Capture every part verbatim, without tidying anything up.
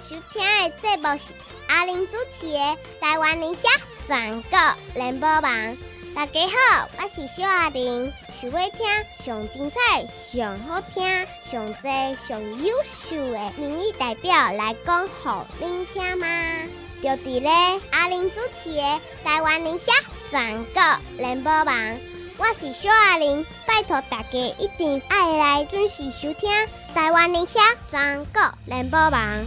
收听的节目是阿玲主持的《台湾人社全国联播网》。大家好，我是小阿玲，想要听上精彩、上好听、上多、上优秀的民意代表来讲，给您听吗？就伫咧阿玲主持的《台湾人社全国联播网》。我是小阿玲，拜托大家一定爱来准时收听台湾人社全国联播网。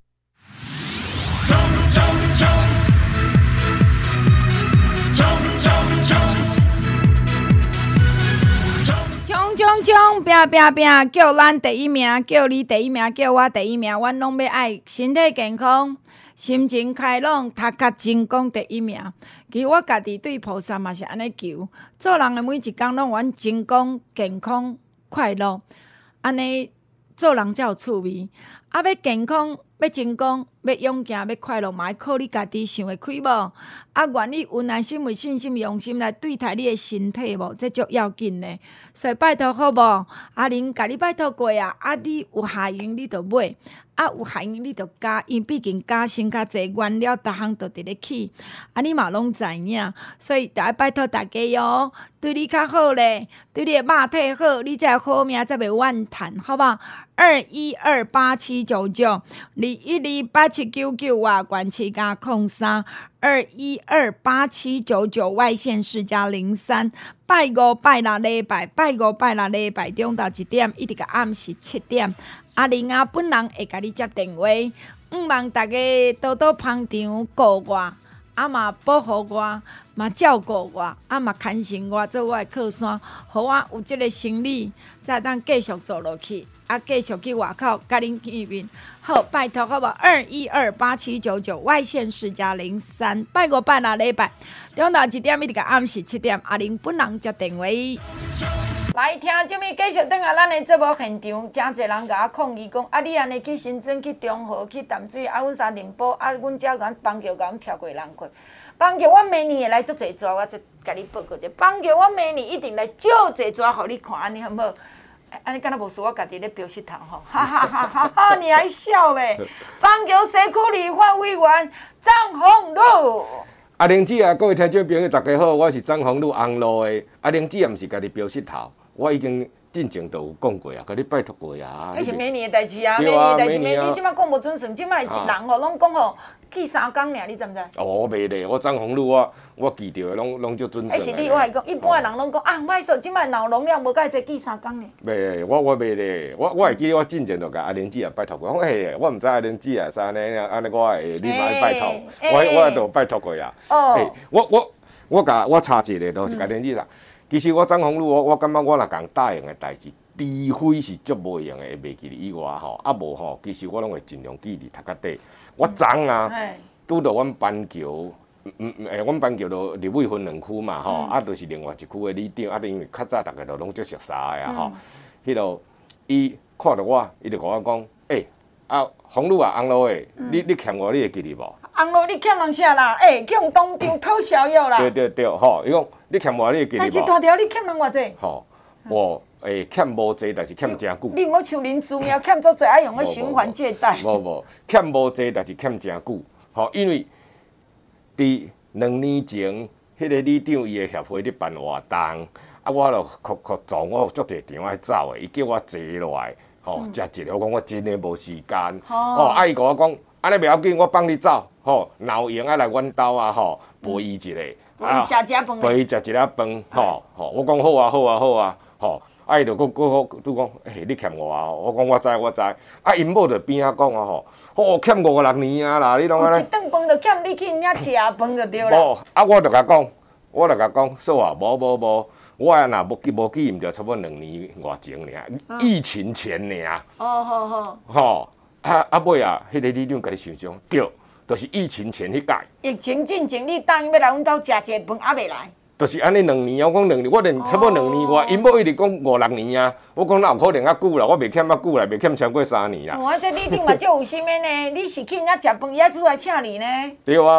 冲冲冲！拼拼拼！叫咱第一名，叫你第一名，叫我第一名，阮拢要爱身体健康。心情开朗，读较成功第一名。其实我家己对菩萨嘛是安尼求，做人的每一工拢愿成功、健康、快乐，安尼做人才有趣味。啊，要健康，要成功，要勇敢，要快乐，嘛要靠你家己想会开无？啊，愿意有耐心、有信心、用心来对待你的身体无？这足要紧的。所以拜托好无？阿玲甲你拜托过啊，啊，你有下用你就买。啊，有下用你着加，因毕竟加薪较济，原料逐项都伫咧起，啊，你嘛拢知影，所以着爱拜托大家哟，对你较好咧，对你的肉体好，你才有好命，才袂怨叹，好无？二一二八七九九，二一二八七九九啊，关七加空三，二一二八七九九外线是加零三，拜五拜六礼拜，拜五拜六礼拜中昼一点，一直到暗时七点。阿玲啊，本人会甲你接电话，毋望大家多多捧场顾我，啊嘛保护我，嘛照顾我，啊嘛牵绳我做我的靠山，互我有即个生理，才当继续做落去，啊继续去外口甲恁见面。好，拜托好无？二一二八七九九外线是加零三，拜五拜六礼拜中昼一点一直到暗时七点，阿玲本人接电话。来听这边继续转来咱的节目现场，真侪人甲我抗议讲，啊你安尼去新庄、去中和、去淡水，啊阮三林堡，啊阮遮甲邦桥甲阮跳过人过。邦桥我明年会来足侪抓，我再甲你报告者。邦桥我明年一定来足侪抓，互你看，安尼好无？安尼敢若无输我家己咧飙石头吼，哈哈哈哈哈！你还笑咧？邦桥西区立法委员张宏禄。 阿玲姐啊，各位听众朋友，大家好，我是张宏禄红路的。阿玲姐也毋是家己飙石头。我已經進前都有講過啊，甲你拜託過啊。這是明年的代志啊，明年的代志，明年即擺講無準算，即擺一人吼攏講吼記三工爾，你知毋知？哦， 我袂咧，我張宏禄我我記着攏攏足準算。 迄是你我係講，一般的人攏講啊，歹勢，即擺腦容量無介濟記三工爾。 袂，我我袂咧，我我會記我進前就甲阿玲姐也拜託過，我嘿，我毋知阿玲姐也是安尼安尼，我會立馬拜託，我我都拜託過啊。哦，我我我甲我插一個，就是甲玲姐啦。其實我張宏禄，我我感覺我若共答應的代志，除非是足無用的會袂記以外吼，啊無吼，其實我攏會盡量記佇讀較底。我昨啊，拄到阮板橋，嗯嗯誒，阮板橋就立委分兩區嘛吼，啊，就是另外一區的里長，啊，因為較早大家都攏足熟悉的啊吼，迄落伊看到我，伊就甲我講，誒，啊，宏禄啊，紅路誒，你你欠我，你會記哩無？ 紅路你欠人啥啦？誒，叫用當場討逍遙啦。 對對對，吼，伊講。你欠我，你會記哩無？ 但是大條，你欠人偌濟？ 吼，我誒欠無濟，但是欠誠久。 你唔好像林志妙欠足濟，愛用個循環借貸。 無無，欠無濟，但是欠誠久。吼，因為佇兩年前，迄個里長伊個協會咧辦活動，啊，我就哭哭撞，我有足濟場愛走誒，伊叫我坐落來，吼，食一個，我講我真誒無時間。哦，啊，伊甲我講，安尼袂要緊，我幫你走，吼，若有閒啊來阮兜啊，吼，陪伊一個。 啊，食食飯陪伊食一粒飯，吼吼，我講好啊，好啊，好啊，吼，啊伊就佫佫佫講，嘿，你欠我啊！我講我知我知，啊因某就邊仔講啊吼，吼欠五六年啊啦，你攏安尼。一頓飯就欠你去因遐食飯就對啦。無，啊我就甲講，我就甲講，說啊，無無無，我啊若無記無記毋着，差不多兩年外前爾，疫情前爾。哦好好。吼，啊啊尾啊，迄個里長甲你想想，對。就是疫情前迄屆， 疫情進前，你答應要來阮兜食一個飯，還袂來。 就是安尼兩年，我講兩年，我連差不多兩年外，因某一直講五六年啊。我講哪有可能較久啦？我袂欠較久啦，袂欠超過三年啦。 哦，啊，這里長嘛足有心的呢，你是去人家食飯，伊還出來請你呢？ 對啊。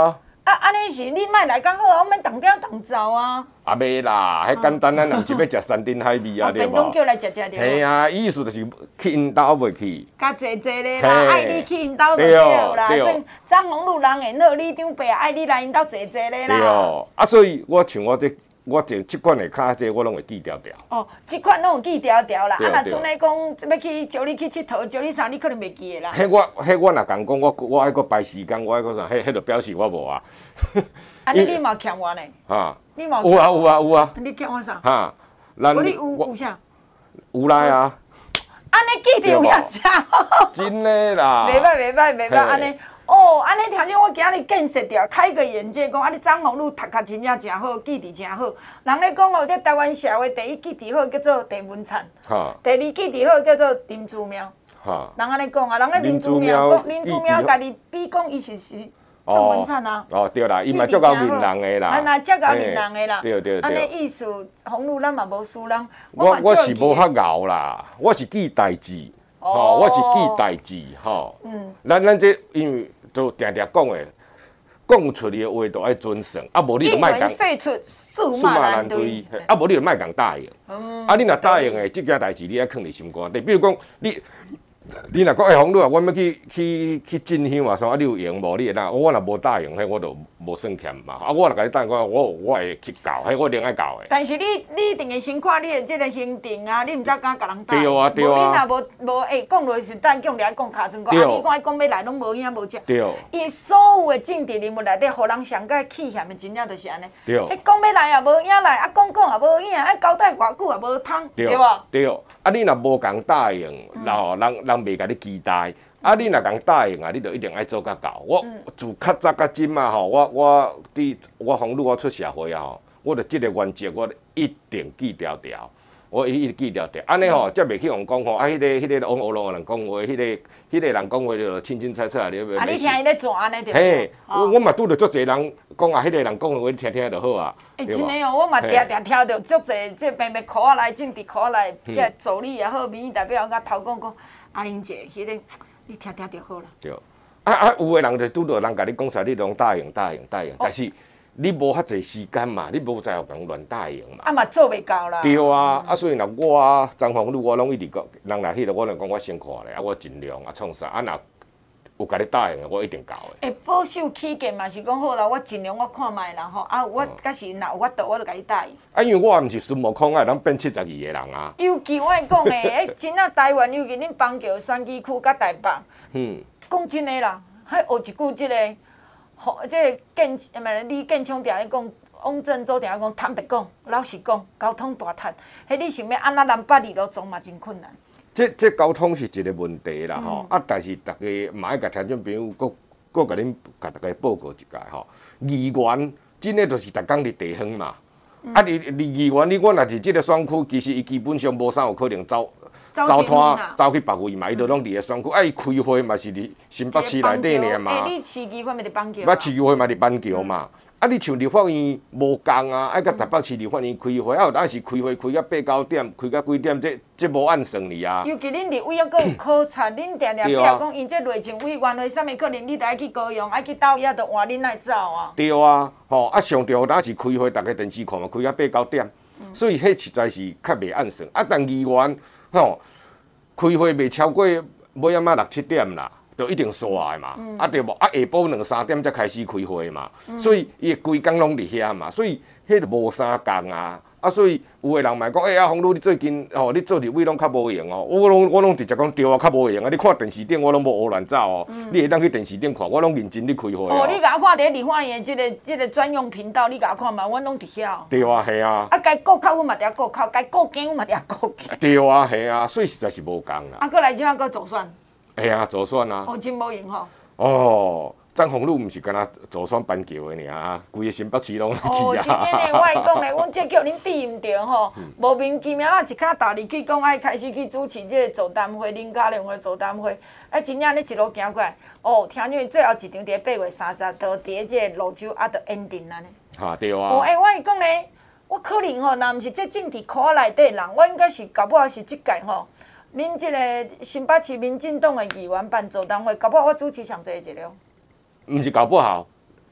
啊，安尼是你莫来讲好啊，我们当点当走啊。 啊，袂啦，迄简单，咱若是要食山珍海味啊，对无？ 便当叫来食食对。 系啊，意思就是去因兜袂去。 较济济咧啦，爱你去因兜就对啦。算张宏路人缘好，里长伯爱你来因兜济济咧啦。 对哦，啊，所以我像我这。我这即款的卡这我拢会记条条。 哦，即款拢有记条条啦。啊，若剩咧讲要去招你去佚佗，招你啥，你可能袂记的啦。 迄我迄我若讲讲，我我爱搁排时间，我爱搁啥？迄迄就表示我无啊。 啊，你你嘛欠我呢？ 哈。 你嘛有啊有啊有啊。 你欠我啥？ 哈。咱你有有啥？ 有来啊。 安尼记条也正好。 真的啦。 袂歹袂歹袂歹，安尼。哦，安尼听见我今日见识着，开个眼界，讲啊，你张宏路读壳真正真好，记忆真好。人咧讲哦，这台湾社会第一记忆好叫做陈文灿，第二记忆好叫做林祖苗。人安尼讲啊，人咧林祖苗讲，林祖苗家己比讲伊是是郑文灿啊。 哦，对啦，伊嘛足够面人的啦。 啊，那足够面人的啦。 对对对。 安尼意思，宏路咱嘛无输人。 我我是无较敖啦，我是记代志，吼，我是记代志，吼。嗯。咱咱这因为。就定定讲诶，讲出去诶话都爱准算，啊无你就莫讲。 说出驷马难追， 啊无你就莫讲答应。嗯、啊你若答应诶，即件代志你爱藏伫心肝底。比如讲你，你若讲诶，宏路啊，我要去去去进香啊，啥啊你有用无？你会当，我若无答应，迄我就无算欠嘛。啊我若甲你答应，我我我会去教，迄我一定爱教诶。 但是你你一定会先看你诶即个行程啊，你毋则敢甲人答应。 对啊对啊。 无你若无无诶，讲落是等叫来讲尻川讲，啊你看讲要来拢无影无只。 对。 伊所有诶政治人物内底，互人上界气嫌诶，真正就是安尼。 对。 迄讲要来也无影来，啊讲讲也无影，啊交代偌久也无通，对无？ 对。啊你若无共答应，然后人人袂甲你期待。啊！你若共答应啊，你就一定爱做甲到。我自较早甲今嘛吼，我我伫我宏路我出社会啊吼，我着即个原则，我一定记条条，我一直记条条。安尼吼，则袂去互讲吼，啊，迄个迄个往乌路人讲话，迄个迄个人讲话就清清楚楚啊，你啊，你听伊咧转安尼对。 嘿，我我嘛拄着足侪人讲啊，迄个人讲的话，你听听就好啊。 诶，真诶哦，我嘛定定听着足侪，即平平考啊来，政治考啊来，即助理也好，民意代表甲头讲讲，阿玲姐，迄个。你听听就好啦。对， 啊啊，有诶人就拄着人甲你讲啥，你拢答应答应答应，但是你无遐济时间嘛，你无在互人乱答应嘛。 啊嘛做袂到啦。 对啊，啊所以若我张宏路我拢一直讲，人来迄个我就讲我先看咧，啊我尽量啊创啥，啊若有甲你答应诶，我一定交诶。 诶，保守起见嘛是讲好啦，我尽量我看卖啦吼，啊我假是若有法度，我就甲你答应。 啊，因为我毋是孙悟空啊，人变七十二个人啊。 尤其我讲诶，诶，真啊台湾，尤其恁邦桥选举区甲台北。嗯，讲真诶啦，还学一句即个，吼，即个建，唔係李建昌定咧讲，汪振洲定咧讲，坦白讲，老实讲，交通大摊，迄你想要安那南北二路走嘛，真困难。 这这交通是一个问题啦，吼、嗯，啊，但是大家嘛爱甲听众朋友，搁搁甲恁甲大家报告一下吼，议员真诶就是逐工伫地方嘛，嗯、啊，你你议员，你我若是即个选区，其实伊基本上无啥有可能走。走摊走去别位嘛，伊都拢伫个选区，啊，伊开会嘛是伫新北市内底尔嘛。 诶，你市议会嘛伫板桥。 捌市议会嘛伫板桥嘛，啊，你像立法院无共啊，爱甲台北市立法院开会，啊，有当是开会开到八九点，开到几点，这这无按算哩啊。 尤其恁立委还佫有考察，恁定定比如讲，因这内政委员会，啥物可能你得爱去高雄，爱去斗遐，着换恁来走啊。 对啊，吼，啊，上着有当是开会，逐个电视看嘛，开到八九点，所以迄实在是较袂按算。啊，但议员吼。开会袂超过尾仔仔六七点啦，就一定煞的嘛。嗯、啊对无？啊下晡两三点才开始开会嘛，嗯、所以伊规工拢伫遐嘛，所以迄就无啥共啊。啊，所以有个人嘛讲，哎、欸、啊，宏路你最近吼、哦，你做立委拢较无用哦。我拢我拢直接讲对啊，较无用啊。你看电视顶我拢无胡乱走哦。嗯、你会当去电视顶看，我拢认真咧开会哦。 哦，你甲我看伫立法院即个即个专用频道，你甲我看嘛，阮拢伫遐。 对啊，系啊。 啊，该顾口阮嘛伫遐顾口，该顾囝阮嘛伫遐顾囝。 对啊，系啊，所以实在是无共啦。 啊，搁来即摆搁做选。 系啊，做选啊。 哦，真无用吼。 哦。张宏路毋是干那做选板桥的尔，规个新北市拢去啊！ 哦，真诶呢，我会讲咧，阮这叫恁对毋对吼？无名其妙啦，一骹道理去讲，爱开始去主持这个座谈会，林佳龙的座谈会，啊，真正你一路行过来，哦，听讲最后一场伫八月三十，就伫这个泸州啊，就 ending 安尼。 哈，对啊。 哦，诶，我会讲咧，我可能吼，若毋是这政治科内底人，我应该是搞不好是即届吼，恁这个新北市民进党的议员办座谈会，搞不好我主持上济一个。 毋是搞不好，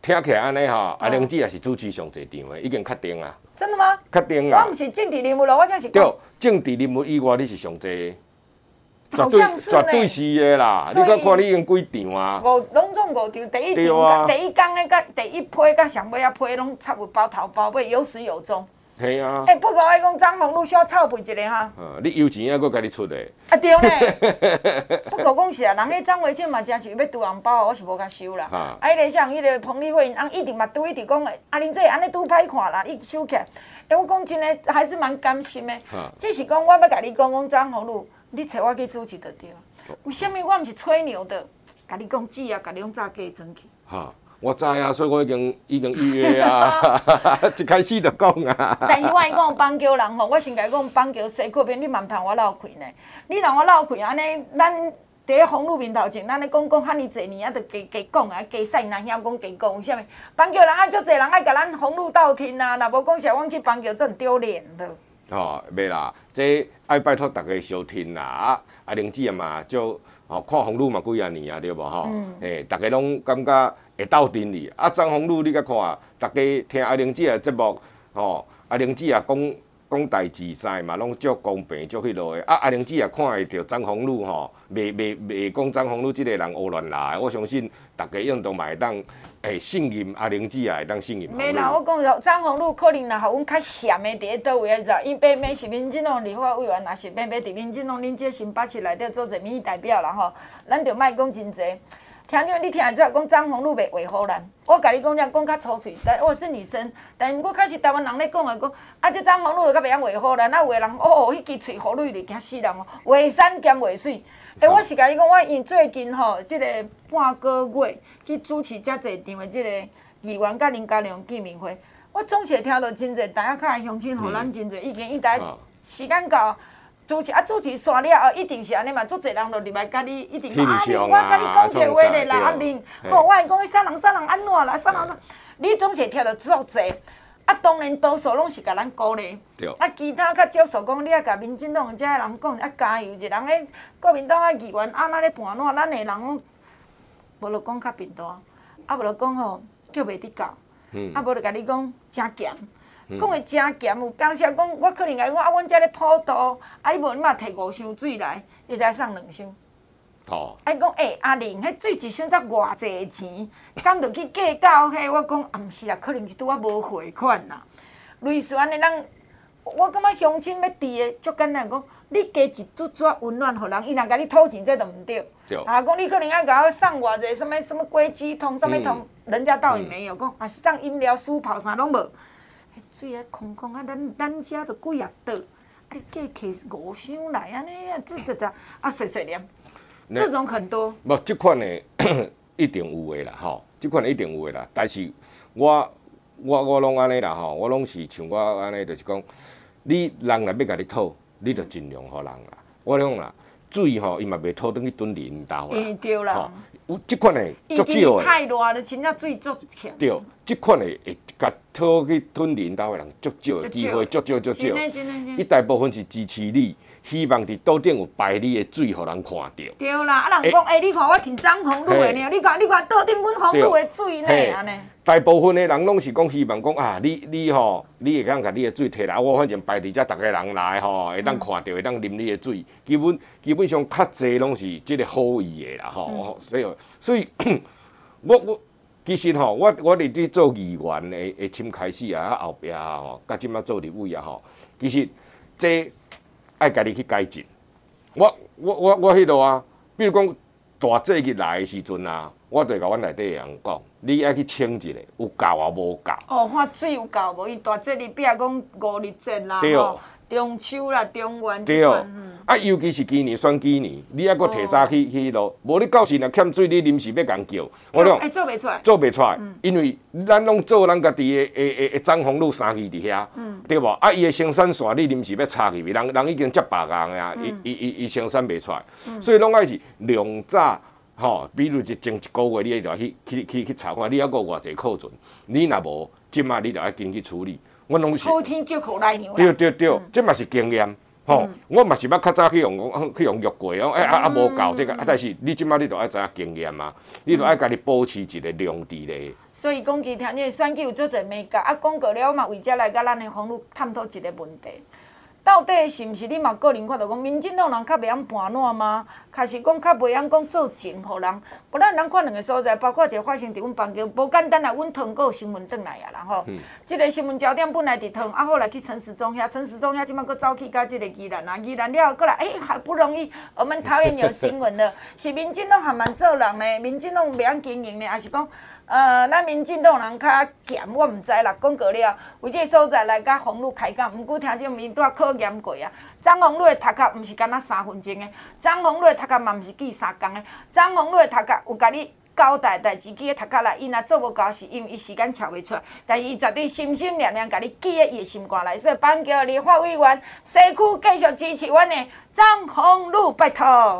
听起来安尼吼，阿玲姐也是主持上侪场的，已经确定啊。 真的吗？ 确定啊。 我唔是政治人物咯，我才是。 对，政治人物以外，你是上侪。 好像是呢。 绝对是的啦，你看看你已经几场啊？ 五拢总五场，第一场、第一工的、甲第一批、甲上尾啊批拢差不多包头包尾，有始有终。 系啊。 哎，不过我讲张宏路小臭肥一个哈。 嗯，你有钱还佫家己出的。 啊对呢。不过讲是啊，人迄张维健嘛真是要拄红包，我是无甲收啦。啊，迄个像迄个彭丽慧，人一直嘛拄一直讲的，阿玲姐安尼拄歹看啦，伊收起来。哎，我讲真的还是蛮甘心的。只是讲我要甲你讲讲张宏路。你找我去主持就对了。为什么我毋是吹牛的？甲你讲纸啊，甲你用早寄转去。 哈，我知啊，所以我已经已经预约啊，一开始就讲啊。 但是我爱讲邦桥人吼，我先甲你讲邦桥西区边，你嘛毋通我闹开呢。你若我闹开安尼，咱伫个红路面头前，咱咧讲讲遐尼侪年啊，着加加讲啊，加晒难嫌讲加讲，为什么？邦桥人啊，足侪人爱甲咱红路斗听啊，若无讲啥，阮去邦桥真丢脸的。 哦，袂啦，这爱拜托大家收听啦。啊，阿玲姐嘛，就哦看红路嘛几啊年啊，对无吼？嗯。诶，大家拢感觉会斗阵哩。啊，张红路你甲看，大家听阿玲姐的节目，吼，阿玲姐也讲讲代志赛嘛，拢足公平足迄落的。啊，阿玲姐也看会着张红路吼，袂袂袂讲张红路即个人胡乱来。我相信大家应当嘛会当。会信任阿玲姐也会当信任。 没啦，我讲张宏路可能若互阮较嫌的伫咧倒位，你知？伊爸妈是民进党立法委员，若是爸爸伫民进党恁这新北市内底做者民意代表人吼，咱着莫讲真济。听着你听得出来讲张宏路袂维护咱，我甲你讲这讲较粗嘴，但我是女生，但毋过开始台湾人咧讲的讲，啊这张宏路就较袂晓维护咱，啊有的人哦，迄支喙好蕊咧惊死人哦，画山兼画水。诶，我是甲你讲，我因最近吼，即、这个半个月去主持遮侪场的即个议员甲林佳良见面会，我总是会听到真侪大家较乡亲，互咱真侪意见。伊逐个时间到主持啊，主持煞了后，一定是安尼嘛，足侪人就入来甲你一定啊，林，我甲你讲一个话咧啦，啊林，吼，我会讲迄啥人啥人安怎啦，啥人啥，你总是会听到足侪。啊，当然多数拢是甲咱鼓励，啊，其他较少数讲，你啊甲民进党遮个人讲，啊加油，一人咧国民党啊议员啊那咧盘烂，咱的人无就讲较平淡，啊无就讲吼叫袂得教，啊无就甲你讲真咸，讲的真咸，有当时讲我可能甲你讲啊，阮遮咧普渡，啊你无你嘛摕五箱水来，伊才送两箱。哦，啊！伊讲，诶、欸，阿玲，迄水一箱才偌济钱，敢着去计较迄？我讲，啊，毋是啊，可能是拄啊无汇款啦。类似安尼，咱我感觉乡亲要治的，足简单讲，你加一注注温暖互人，伊若甲你讨钱，这就毋对。对。啊，讲你可能要甲我送偌济，什物什物果汁通，什物通，嗯、人家倒也没有讲，啊是送饮料、水泡啥拢无。迄水啊空空啊，咱咱遮着几啊倒，啊你计摕五箱来安尼啊，这这这啊细细念。这种很多。 无，即款的一定有诶啦，吼，即款一定有诶啦。但是我我我拢安尼啦，吼，我拢是像我安尼，就是讲，你人若要甲你讨，你着尽量互人啦。我讲啦，水吼，伊嘛袂讨转去蹲人兜啦。 嗯，对啦。 有即款的足少诶。太热了，真正水足欠。 对，即款的会甲讨去蹲人兜的人足少，机会足少足少。伊大部分是支持你。希望伫岛顶有排你的水，互人看到。 对啦，啊人讲，诶、欸，你看我挺张红路的呢，你看你看岛顶阮红路的水呢，安尼。 大部分的人拢是讲希望讲啊，你你吼，你会当甲你的水摕来，我反正排伫遮，逐个人来吼，会当看到，会当啉你的水。基本基本上较济拢是即个好意的啦，吼、嗯。所以所以，我我其实吼，我我伫伫做议员的的深开始啊，后壁啊吼，甲即摆做立委啊吼，其实这。爱家己去改进。我我我我迄落啊，比如讲大节日来的时阵啊，我就甲阮内底的人讲，你爱去称一下，有够啊无够。 哦，看水有够无？伊大节日比如讲五日节啦，吼，中秋啦、中元即款。嗯。 啊，尤其是今年选举年，你还阁提早去去迄落，无你到时若欠水，你临时要共叫。我讲， 哎，做袂出来。 做袂出来，因为咱拢做咱家己的的的的张宏路三期伫遐，对无？啊，伊的生产线你临时要插去，人人已经接白工啊，伊伊伊伊生产袂出来，所以拢爱是量早吼，比如一前一个月，你就去去去去查看，你还阁偌济库存，你若无，即马你就要紧去处理。我拢是。 好天借口来牛啦。 对对对，这嘛是经验。 吼、嗯，我嘛是捌较早去用讲去用药过，讲哎啊啊无够这个，啊但是你即摆你就爱知影经验嘛，你就爱家己保持一个量伫咧。 所以讲，其实这选举有做侪美感，啊，讲过了嘛，为遮来甲咱的访女探讨一个问题。到底是毋是你嘛个人看到讲，民进党人较袂晓盘烂吗？开始讲较袂晓讲做情互人，无咱咱看两个所在，包括一个发生伫阮房间，无简单啦，阮糖果新闻转来啊啦吼。即、嗯、个新闻焦点本来伫糖，啊后来去陈时中遐，陈时中遐即摆佫走去甲即个宜兰啊，宜兰了过来，哎、欸，好不容易我们桃园有新闻了，是民进党还蛮做人呢，民进党袂晓经营呢，还是讲？呃，咱民进党人较咸，我毋知啦。讲过了，有即个所在来甲访女开讲，毋过听种民党考验过啊。张宏瑞的头壳毋是敢若三分钟的，张宏瑞的头壳嘛毋是记三工的，张宏瑞的头壳有甲你交代代志记咧头壳内，伊若做无到是因为伊时间瞧袂出来，但是伊绝对心心念念甲你记咧伊的心肝内。所以板桥立法委员西区继续支持阮的张宏瑞，拜托。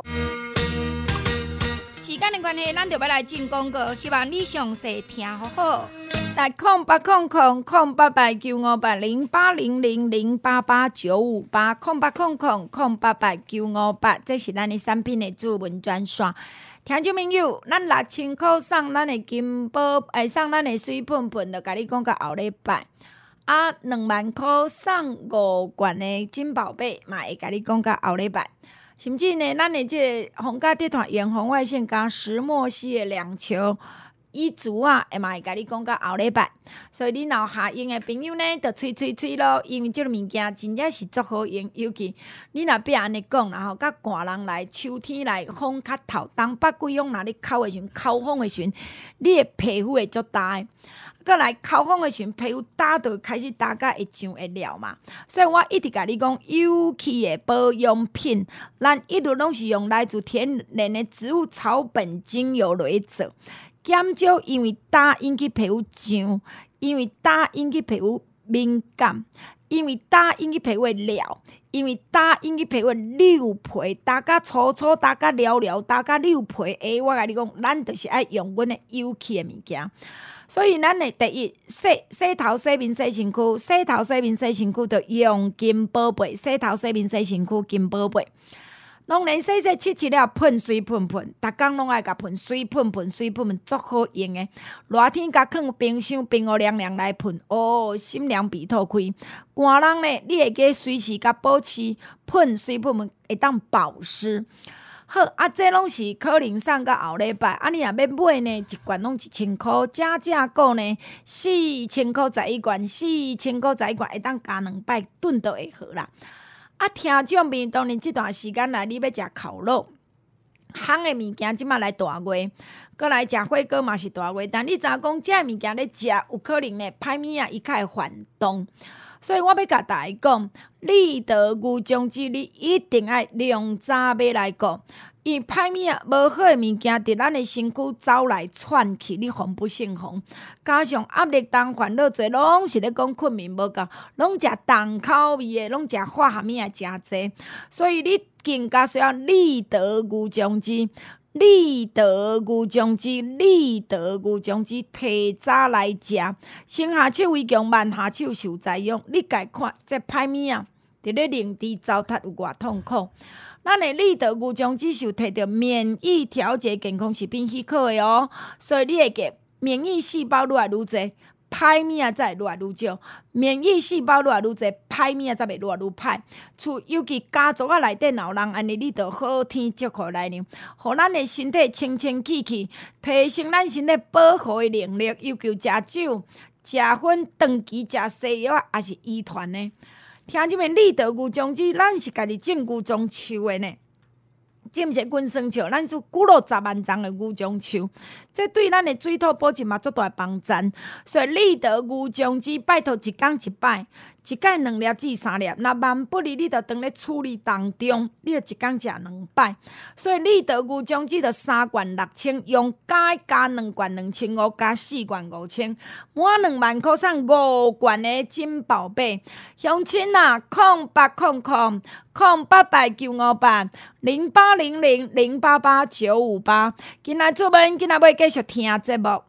时间的关系，咱就要来进广告，希望你详细听好好。来空八空空空八八九五八零八零零零八八九五八空八空空空八八九五八，这是咱的产品的主文专线。听众朋友，咱六千块送咱的金宝，哎，送咱的水喷喷，就甲你讲到后礼拜。啊，两万块送五罐的金宝贝，嘛会甲你讲到后礼拜。甚至呢，咱的这个皇家集团远红外线加石墨烯的两球衣橱啊，会嘛会甲你讲到后礼拜。所以你若下用的朋友呢，就吹吹吹咯，因为这个物件真正是足好用，尤其你若别安尼讲，然后甲寒人来、秋天来风较透，东北季风若你口的时阵、口风的时阵，你的皮肤会足大的。过来口风的时阵，皮肤打就开始打甲会上会了嘛，所以我一直甲你讲，有机的保养品，咱一直拢是用来自天然的植物草本精油来做，减少因为打引起皮肤痒，因为打引起皮肤敏感，因为打引起皮肤会了，因为打引起皮肤溜皮，打甲粗粗，打甲了了，打甲溜皮，诶，我甲你讲，咱就是爱用阮的有机的物件。所以，咱的第一洗洗头、洗面、洗身躯，洗头、洗面、洗身躯，就用金宝贝。洗头、洗面、洗身躯，金宝贝。拢连洗洗七七了，喷水喷喷，逐工拢爱甲喷水喷喷，水喷喷，足好用的。热天甲放冰箱，冰乌凉凉来喷，哦，心凉鼻透开。寒人呢，你会记随时甲保持喷水喷喷，会当保湿。好啊，这拢是可能送到后礼拜。啊，你若要买呢，一罐拢一千箍，正正购呢四千箍十一罐，四千箍十一罐会当加两摆，炖都会好啦。啊，听众朋友，当然这段时间内你要食烤肉，烘的物件即马来大月，过来食火锅嘛是大月，但你知影讲这物件咧食有可能呢，歹物啊伊较会反动。所以我要甲大家讲，立德牛种子你一定爱量早买来顾，因为歹物啊无好的物件伫咱的身躯走来窜去，你防不胜防。加上压力重、烦恼侪，拢是咧讲困眠无够，拢食重口味的，拢食化合物啊，诚济。所以你更加需要立德牛种子。立德牛种子，立德牛种子，提早来食。先下手为强，慢下手受灾殃。你家看这歹物啊，伫咧灵芝糟蹋有偌痛苦。咱的立德牛种子是摕到免疫调节健康食品许可的哦，所以你会记免疫细胞愈来愈侪。歹物啊，才会愈来愈少；免疫细胞愈来愈侪，歹物啊，才袂愈来愈歹。厝尤其家族啊内底有人安尼，你着好天祝福来呢，互咱的身体清清气气，提升咱身体保护的能力。尤其食酒、食薰、长期食西药也是遗传呢。听即面立德牛种子，咱是家己种牛种树的呢。这毋是根生树，咱是几落十万丛的牛种树，这对咱的水土保持嘛足大帮助。所以立德牛种子，拜托一工一摆，一摆两粒至三粒。若万不利，你着当咧处理当中，你着一工食两摆。所以立德牛种子着三罐六千，用加加两罐两千五，加四罐五千，满两万块送五罐的金宝贝。乡亲啊，空八空空空八八九五八零八零零零八八九五八。今仔出门，今仔要继续听节目。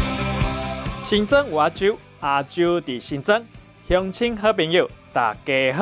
新庄有阿周，阿周伫新庄，乡亲好朋友，大家好，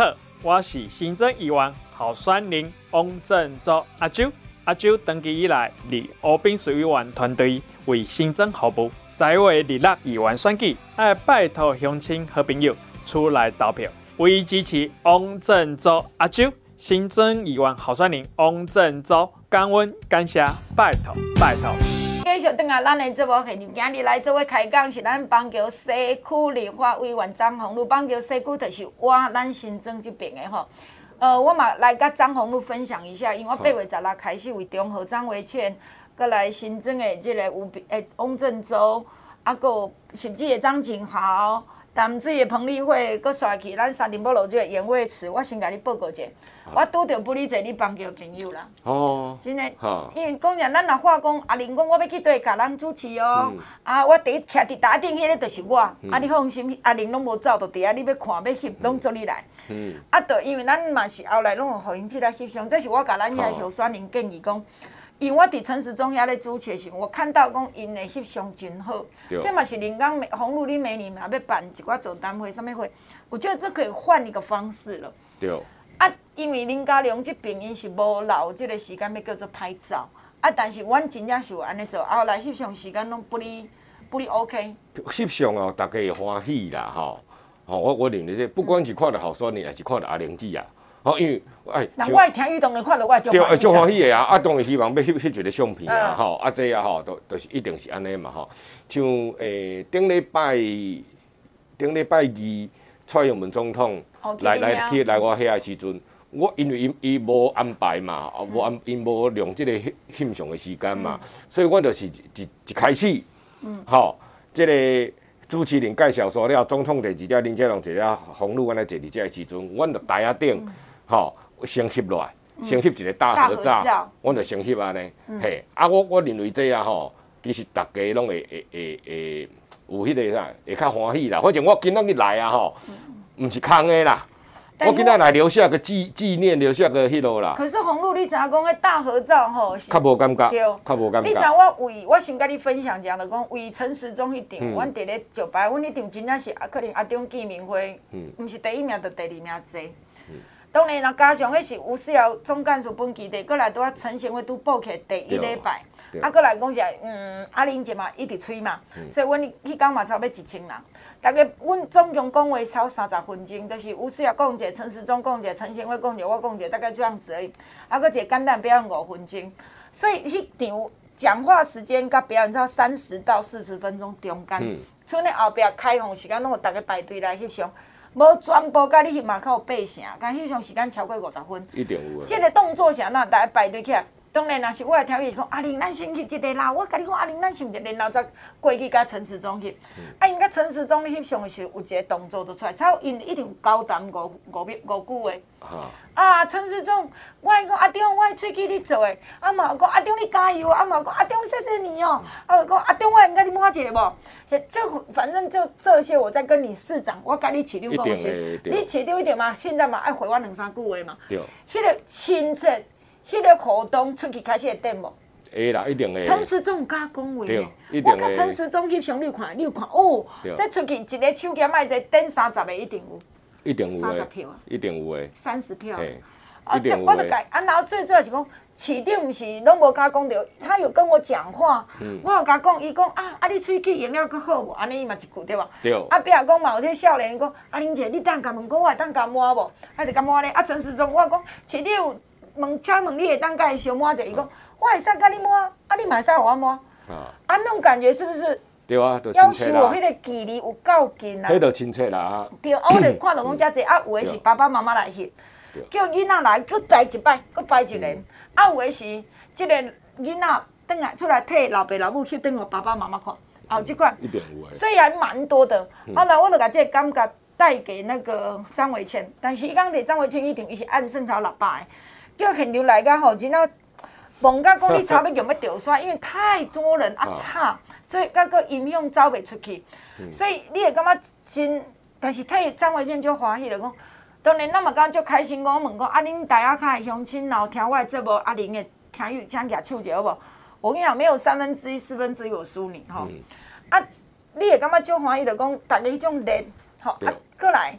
我是新增议员候选人王振洲阿周。阿周登记以来，立乌滨水委员团队为新增服务。在位二六议员选举，爱拜托乡亲好朋友出来投票，为支持王振洲阿周。新增议员候选人王振洲，感恩感谢，拜托拜托。 继续转来咱的节目现场，今日来做位开讲是咱邦桥西区立法委员张宏路。邦桥西区就是我咱新庄这边的吼。呃，我嘛来甲张宏路分享一下，因为我八月十六开始为中和张维倩，搁来新庄的这个吴诶王振洲，啊，搁有甚至的张景豪。淡水的彭丽慧，搁刷去咱沙丁堡路这个盐味池，我先甲你报告一下，我拄着不哩侪你邦桥朋友啦。哦，真诶，因为讲讲咱若话讲，阿玲讲我要去对甲咱主持哦，嗯、啊，我第一徛伫台顶迄个就是我，嗯、啊，你放心，阿玲拢无走，就伫遐你要看要翕，拢做你来。嗯。啊，就因为咱嘛是后来拢有互因去来翕相，这是我甲咱遐候选人建议讲。因为我伫陈时中遐咧主持的时候，我看到讲因的翕相真好，这嘛是临港红路里美女嘛要办一寡座谈会、什么会，我觉得这可以换一个方式了。对。啊，因为林佳龙这边因是无留这个时间要叫做拍照，啊，但是阮真正是有安尼做，后来翕相时间拢不哩不哩 OK。 翕相哦，大家会欢喜啦，吼，吼，我我认为这不管是看到候选人，还是看到阿玲姐啊。哦，因为哎， 那我听运动的看到我就对，就欢喜的啊！啊，当然希望要翕翕一个相片啊，吼、嗯，啊，这啊吼，都都是一定是安尼嘛，吼。像诶，顶礼拜顶礼拜二，蔡英文总统来来去来我遐的时阵，我因为伊伊无安排嘛，啊无安因无用即个翕相的时间嘛，嗯、所以我就是一一开始，嗯，吼，即、这个主持人介绍说了，总统第二只林佳龙坐了红路安尼坐伫遮的时阵，阮就台仔顶。嗯吼、哦，先翕落来，先翕一个大合照，阮就先翕安尼。嗯、嘿，啊，我我认为这啊吼，其实大家拢会会会会有迄、那个啥，会较欢喜啦。反正我今仔日来啊吼，毋、嗯、是空的啦。我今仔来留下个纪纪念，留下个迄落啦。 可是红路，你知影讲迄大合照吼， 较无感觉，对，较无感觉。 你知我为我先甲你分享一下，就讲为陈时中迄场，阮伫咧石牌，阮迄场真正是啊，可能阿中见面会，毋、嗯、是第一名，就第二名坐。嗯当然啦，加上迄是吴思瑶总干事本基地，过来拄啊陈贤惠拄报起第一礼拜，啊，过来讲是嗯阿玲姐嘛一直催嘛，嗯、所以阮迄天嘛差不多一千人，大概阮总共讲话超三十分钟，就是吴思瑶讲者，陈时中讲者，陈贤惠讲者，我讲者，大概这样子而已，啊，搁一个简单表演五分钟，所以迄场讲话时间甲表演到三十到四十分钟中间，嗯、剩的后壁开放时间拢有大家排队来翕相。无全部甲你翕嘛，较有八成，但翕相时间超过五十分。 一定有诶。 即个动作是安怎？大家排队起来。当然啦，是我来调伊讲，阿玲，咱先翕一个啦。我甲你讲，阿玲，咱是毋是然后再过去甲陈时中翕？嗯、啊，因甲陈时中咧翕相的时候，有一个动作就出来，超因一定有交谈五五秒五句诶。啊，啊，陈时中，我讲阿中，我喙齿你做诶，啊嘛讲阿中你加油，啊嘛讲阿中谢谢你哦，啊讲阿中我会甲你满一个无？就反正就这些，我在跟你市长，我甲你市长讲是，你市长一定嘛，现在嘛爱回我两三句话嘛。对。迄个亲切，迄个互动出去开始会点无？ 会啦，一定会。 陈时中有甲讲话呢，我甲陈时中翕相，你有看，你有看哦，再出去一个手机卖者点三十个一定有。 一定有三十票啊！ 一定有诶。 三十票。啊，这我就改啊，然后最主要是讲，市长毋是拢无甲讲着，他有跟我讲话，嗯、我有甲讲，伊讲啊，啊你喙齿用了搁好无？安尼伊嘛一句对无？对。啊，壁讲嘛有迄少年讲，啊玲姐，你当甲问讲，我会当甲抹无？啊，就甲抹咧。啊，陈时中，我讲，市长有问，请问你会当甲伊小抹者？伊讲，我会使甲你抹，啊你嘛会使互我抹。啊。啊，那种感觉是不是？ 对啊，就要求我迄个距离有够近啊！ 迄就亲切啦。 对，啊，我就看到讲遮济，啊，有诶是爸爸妈妈来翕，叫囡仔来，搁摆一摆，搁摆一轮。啊，有诶是即个囡仔转来出来替老爸老母翕，等我爸爸妈妈看。啊，有即款。一定有诶。所以还蛮多的。啊，那我就甲这个感觉带给那个张维倩，但是伊讲伫张维倩迄场，伊是按顺潮喇叭诶，叫现场来甲吼，真啊，忙甲讲你差不多用要掉线，因为太多人啊吵。所以，甲个音响走袂出去，嗯、所以你会感觉真，但是替张维倩就欢喜了讲。当然，咱嘛感觉足开心。我问讲，啊，恁大家较乡亲，然后听我的节目，阿玲的听语请举手者好无？我跟你讲，没有三分之一、四分之一我输你吼。嗯、啊，你会感觉足欢喜，就讲，逐个迄种热，吼，啊，过来，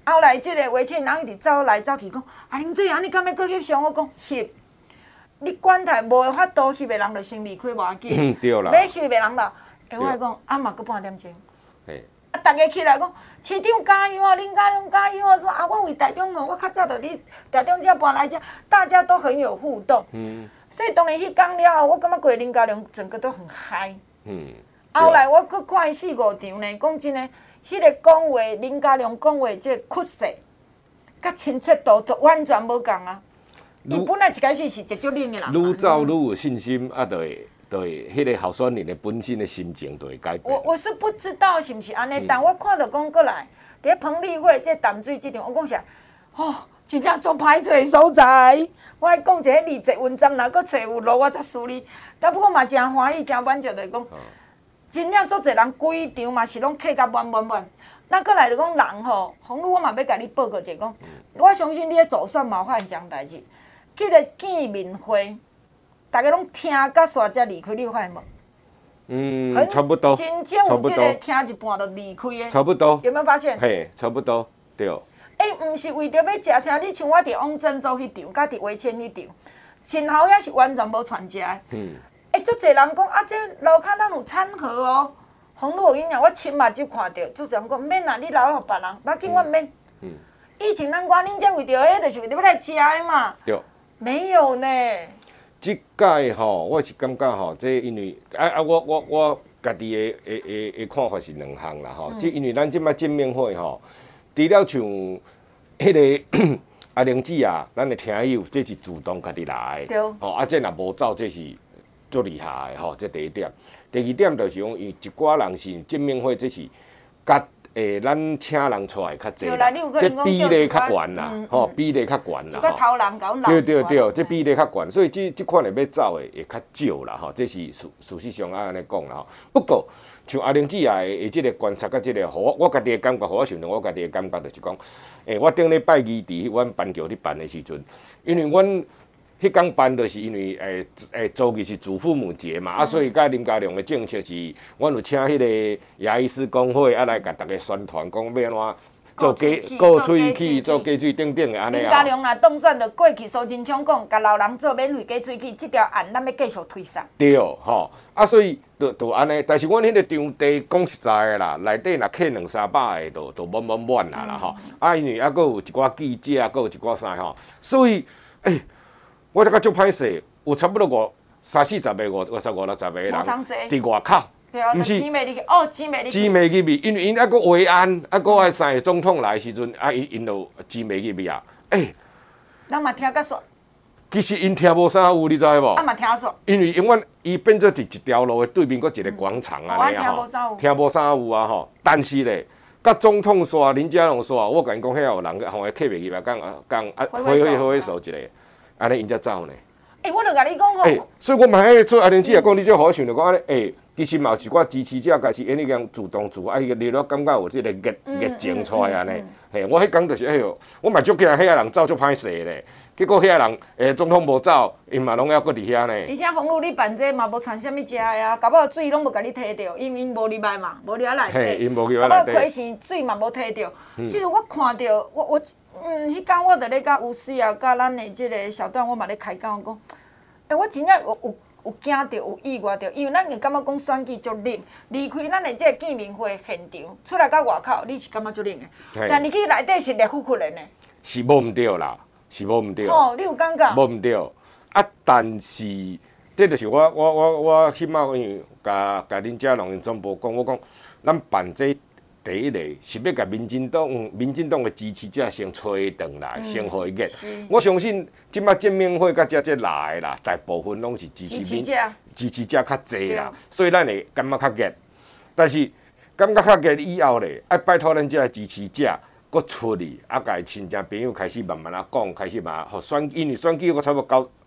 后来即个维庆人一直走来走去，讲啊，林姐啊，你敢要搁翕相？我讲翕，你管他无法度翕的人就先离开无要紧。 对啦。 要翕的人啦，诶，我讲啊嘛搁半点钟。 嘿。 啊，大家起来讲，市长加油啊，林佳龙加油啊！说啊，我为台中哦，我较早就伫台中遮搬来遮，大家都很有互动。嗯。所以当然迄讲了后，我感觉过林佳龙整个都很嗨。嗯。后来我搁看四五场呢，讲真诶，迄个讲话林佳龙讲话即个曲折，甲清澈度都完全无共啊。伊本来一开始是一足冷诶人。 愈走愈有信心，啊，就会。对，迄个候选人的本身的心情就会改变。 我我是不知道是毋是安尼，嗯、但我看到讲过来，伫彭丽慧这淡水这场，我讲啥？哦，真正足歹找所在。我还讲一个二节文章，若搁找有路，我才xử理。但不过嘛，真欢喜，真满足，就是讲，真正足侪人规场嘛是拢客甲满满满。那过来就讲人吼，红路我嘛要甲你报告者讲，我相信你咧做选嘛有法度讲代志。去个见面会。大家拢听到煞才离开，你有发现无？ 嗯，差不多。 真正有即个听一半就离开的。 差不多。 有没有发现？ 嘿，差不多，对。 哎、欸，毋是为着要食啥，你像我伫往郑州迄场，甲伫维千迄场，前后遐是完全无传食的。嗯。哎、欸，足侪人讲啊，这楼骹咱有餐盒哦。红路有影，我亲目睭看到，足侪人讲免啦，你留互别人，要紧我免。嗯。以前咱讲恁这为着迄，就是为着要来食的嘛。 对。 没有呢。 即届吼，我是感觉吼，这因为啊啊，我我我家己的的的的看法是两项啦吼。即、嗯、因为咱即摆见面会吼，除了像迄个阿玲姐啊，咱的听友，这是主动家己来的，吼啊，这若无走，这是足厉害的吼。这第一点，第二点就是讲，伊一寡人是见面会，这是甲。诶，咱请人出来较济啦，这比例较悬啦，吼，比例较悬啦，吼。对对对，这比例较悬，所以这这款的要走的会较少啦，吼。这是事事实上啊安尼讲啦，吼。不过像阿玲姐啊的的这个观察甲这个，我我家己的感觉，我想到我家己的感觉就是讲，诶，我顶礼拜二伫阮班桥咧办的时阵，因为阮。迄天办就是因为诶诶，周日是祖父母节嘛，嗯、啊，所以甲林佳龙的政策是，阮有请迄个牙医师工会啊来甲大家宣传，讲要安怎做加过喙齿、做加水等等的安尼啊。林佳龙若当选，就过去苏贞昌讲，甲老人做免费加水器，这条案咱要继续推上。 对，吼，啊，所以就就安尼，但是阮迄个场地讲实在的啦，内底若客两三百个，就就满满满啦啦吼。嗯、啊，因为还佫有一寡记者，佫有一寡啥吼，所以诶。欸我这个足歹势，有差不多五三四十个、五五十五六十个人伫外口， 毋是钱袂入去，哦，钱袂入去， 钱袂入去，因为因还佫维安，还佫爱三个总统来时阵，啊，因因就钱袂入去啊。诶， 咱嘛听甲煞。 其实因听无啥有，你知无？ 啊嘛听煞。 因为永远伊变做一一条路的对面，佫一个广场啊，尼啊吼。听无啥有啊吼，但是咧。甲总统说林佳龙说，我甲因讲，遐有人互伊客袂入来，讲讲啊，挥挥挥挥手一个。安尼因才走呢。 诶、欸，我就甲你讲吼。欸、 所以我嘛迄做阿玲姐也讲，你这好想着讲安尼，诶、欸，其实嘛有一寡支持者，家是因迄样主动自啊，伊个热络感觉有即个热热情出来安尼。嘿，我迄讲就是哎哟，我嘛足惊遐人走足歹势咧。结果遐人诶、欸，总统无走，因嘛拢还搁伫遐呢。 而且红路你办这嘛无传啥物食呀，搞不好水拢无甲你摕着，因为因无入来嘛，无入来内底。 嘿，因无入来内底。 搞不好亏钱水嘛无摕着。嗯、其实我看到我我嗯，迄天我伫咧甲吴思啊，甲咱的即个小段，我嘛咧开讲讲，诶、欸，我真正有有有惊着，有意外着，因为咱会感觉讲选举足冷，离开咱的即个见面会现场，出来到外口，你是感觉足冷的，但入去内底是热乎乎的呢。 是无毋对啦。是无毋对， 哦，你有感觉？ 无毋对，啊，但是这就是我我我我起码因为甲甲林佳龙因总部讲，我讲咱办这第一个是要甲民进党民进党的支持者先找伊转来，嗯、先互伊热。我相信即摆见面会甲遮遮来啦，大部分拢是支持民支持者较济啦，所以咱会感觉较热。但是感觉较热以后咧，爱拜托咱遮支持者。佫出去，啊，甲伊亲戚朋友开始慢慢啊讲，开始嘛，互选，因为选举佫差不多到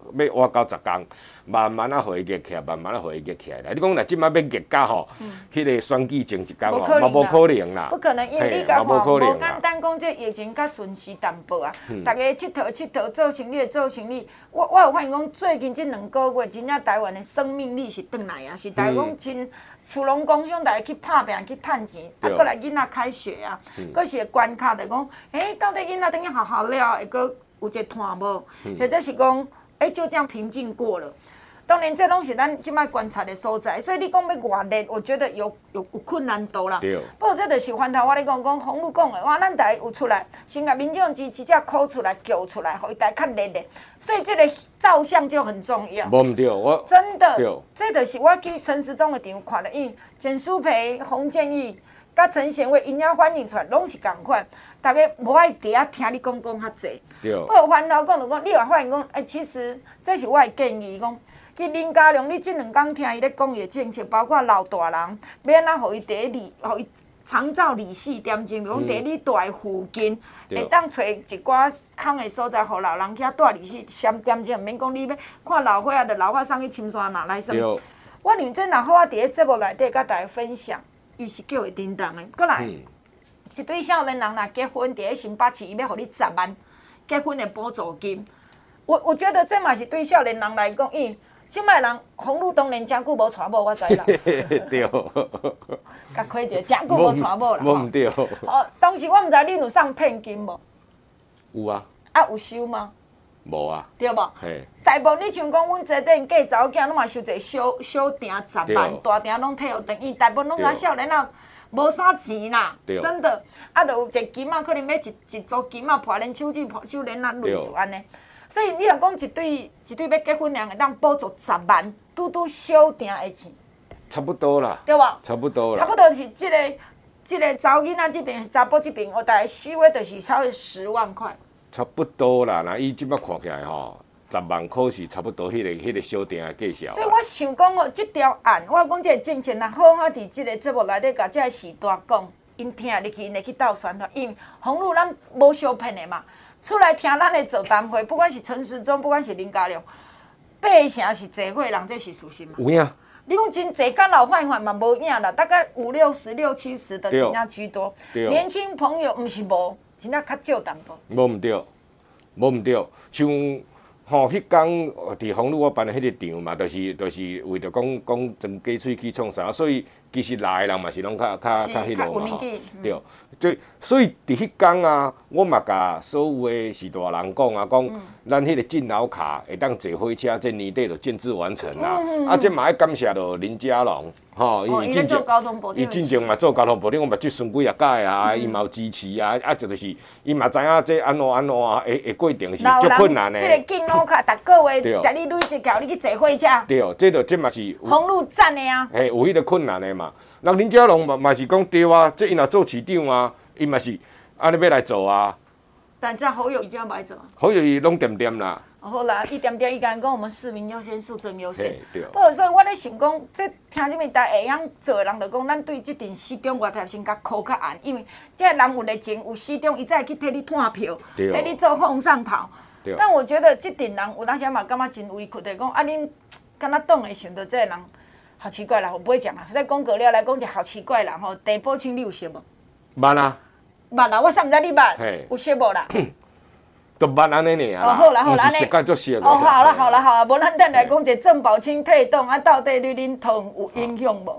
要活到十工，慢慢啊，互伊热起来，慢慢啊，互伊热起来。你讲若即摆要热甲吼，迄、嗯、个选举前一工吼，嘛无可能啦。 不可能，因为你甲看，无简单讲这疫情较顺时淡薄啊。大家佚佗佚佗，做生意做生意。我我有发现讲，最近这两个月，真正台湾的生命力是转来啊，是大家讲真，厝拢工商大家去拍拼去趁钱，啊，过来囡仔开学啊，搁、嗯、是个关卡就讲，诶、欸，到底囡仔等于学校了，会搁有一个拖无，嗯、或者是讲。哎、欸，就这样平静过了。当然，这拢是咱即摆观察的所在。所以你讲要偌热，我觉得有有有困难度啦。 对。 不过这就是翻头我咧讲讲，洪武讲的，哇，咱大家有出来，先甲民众支持者哭出来、叫出来，互伊大家较热的。所以这个照相就很重要。 无毋对，我真的。 对。 这就是我去陈时中的场看的，因为简书培、洪建义、甲陈贤伟因遐反映出来，拢是共款。大家无爱伫遐听你讲讲较济。 对。 我翻头讲就讲，你也发现讲，哎、欸，其实这是我的建议，讲，去林佳龙，你即两工听伊咧讲伊的政策，包括老大人，要安怎互伊第一理，互伊长照理系点钟，就讲伫你住的附近，会当找一寡空的所在，互老人去遐住理系先点钟，毋免讲你要看老伙仔，着老伙送去深山哪来什么？我认真若好啊，伫咧节目内底甲大家分享，伊是叫会叮当的，过来。嗯一对少年人若结婚，伫咧新北市，伊要互你十万结婚的补助金。我我觉得这嘛是对少年人来讲，因为即摆人洪武当然真久无娶某，我知啦。 对。 甲开一个真久无娶某啦。 无毋对。 哦，当时我毋知你有送聘金无？ 有啊。 啊，有收吗？ 无啊。 对无？ 嘿。 大部分你像讲，阮真正嫁查某囝，拢嘛收一个小小订十万，大订拢退互等于大部分拢甲少年仔。无啥钱啦，真的，啊，就有一个金仔，可能要一一组金仔破恁手指、破手链啊，类似安尼。所以你若讲一对一对要结婚人会当补助十万，拄拄小订的钱。 差不多啦。 对无？ 差不多啦。 差不多是即、這个即、這个查某囡仔这边、查甫这边，我大概收的就是超过十万块。 差不多啦，那伊即摆看起来吼。十万块是差不多迄、那个迄、那个小订的计数。 所以我想讲哦，即条案，我讲即个政策，若好好伫即个节目内底，甲即个时代讲，因听入去，因会去斗宣传。因为洪武咱无相骗的嘛，出来听咱的座谈会，不管是陈时中，不管是林佳龙，八成是侪会人，这是事实嘛。 有影。 你讲真侪敢老犯法嘛无影啦，大概五六十、六七十的真正居多。年轻朋友毋是无，真正较少淡薄。 无毋对，无毋对，像。吼，迄天伫洪武我办的迄个场嘛，就是就是为着讲讲装鸡喙去创啥，所以其实来的人嘛是拢较较较迄落嘛吼，对，所所以伫迄天啊，我嘛甲所有的士大人讲啊，讲咱迄个敬老卡会当坐火车，这年底就建制完成啦。啊，这嘛要感谢着林佳龙。吼，伊进前，伊进前嘛做交通部长，我嘛接顺几啊届啊，伊嘛有支持啊，啊，就就是伊嘛知影这安怎安怎啊，会会过程是足困难的。 这个敬老卡，逐个月甲你累一条，你去坐火车。 对，这就这嘛是。 洪武赞的啊。 嘿，有迄个困难的嘛。那林佳龙嘛嘛是讲对啊，这伊若做市长啊，伊嘛是安尼要来做啊。 但这好友已经要来做。 好友伊拢点点啦。 好啦，一点点伊讲讲我们市民优先、素质优先。 不过所以我咧想讲，这听这物代会晓做的人，就讲咱对这阵市长外头先甲扣较严，因为这人有热情，有市长伊才会去替你探票，替你做风上头。但我觉得这阵人有当时嘛感觉真委屈的，讲啊恁敢若党会想到这个人，好奇怪啦，我不会讲啊。再讲过了来讲一个好奇怪啦吼，陈宝清你有识无？ 捌啊。 捌啦，我啥毋知你捌，有识无啦？ 都捌安尼尔啊，哦好啦好啦，安尼。哦好啦好啦好啦，无咱等来讲一郑宝清退党啊，到底对恁党有影响无？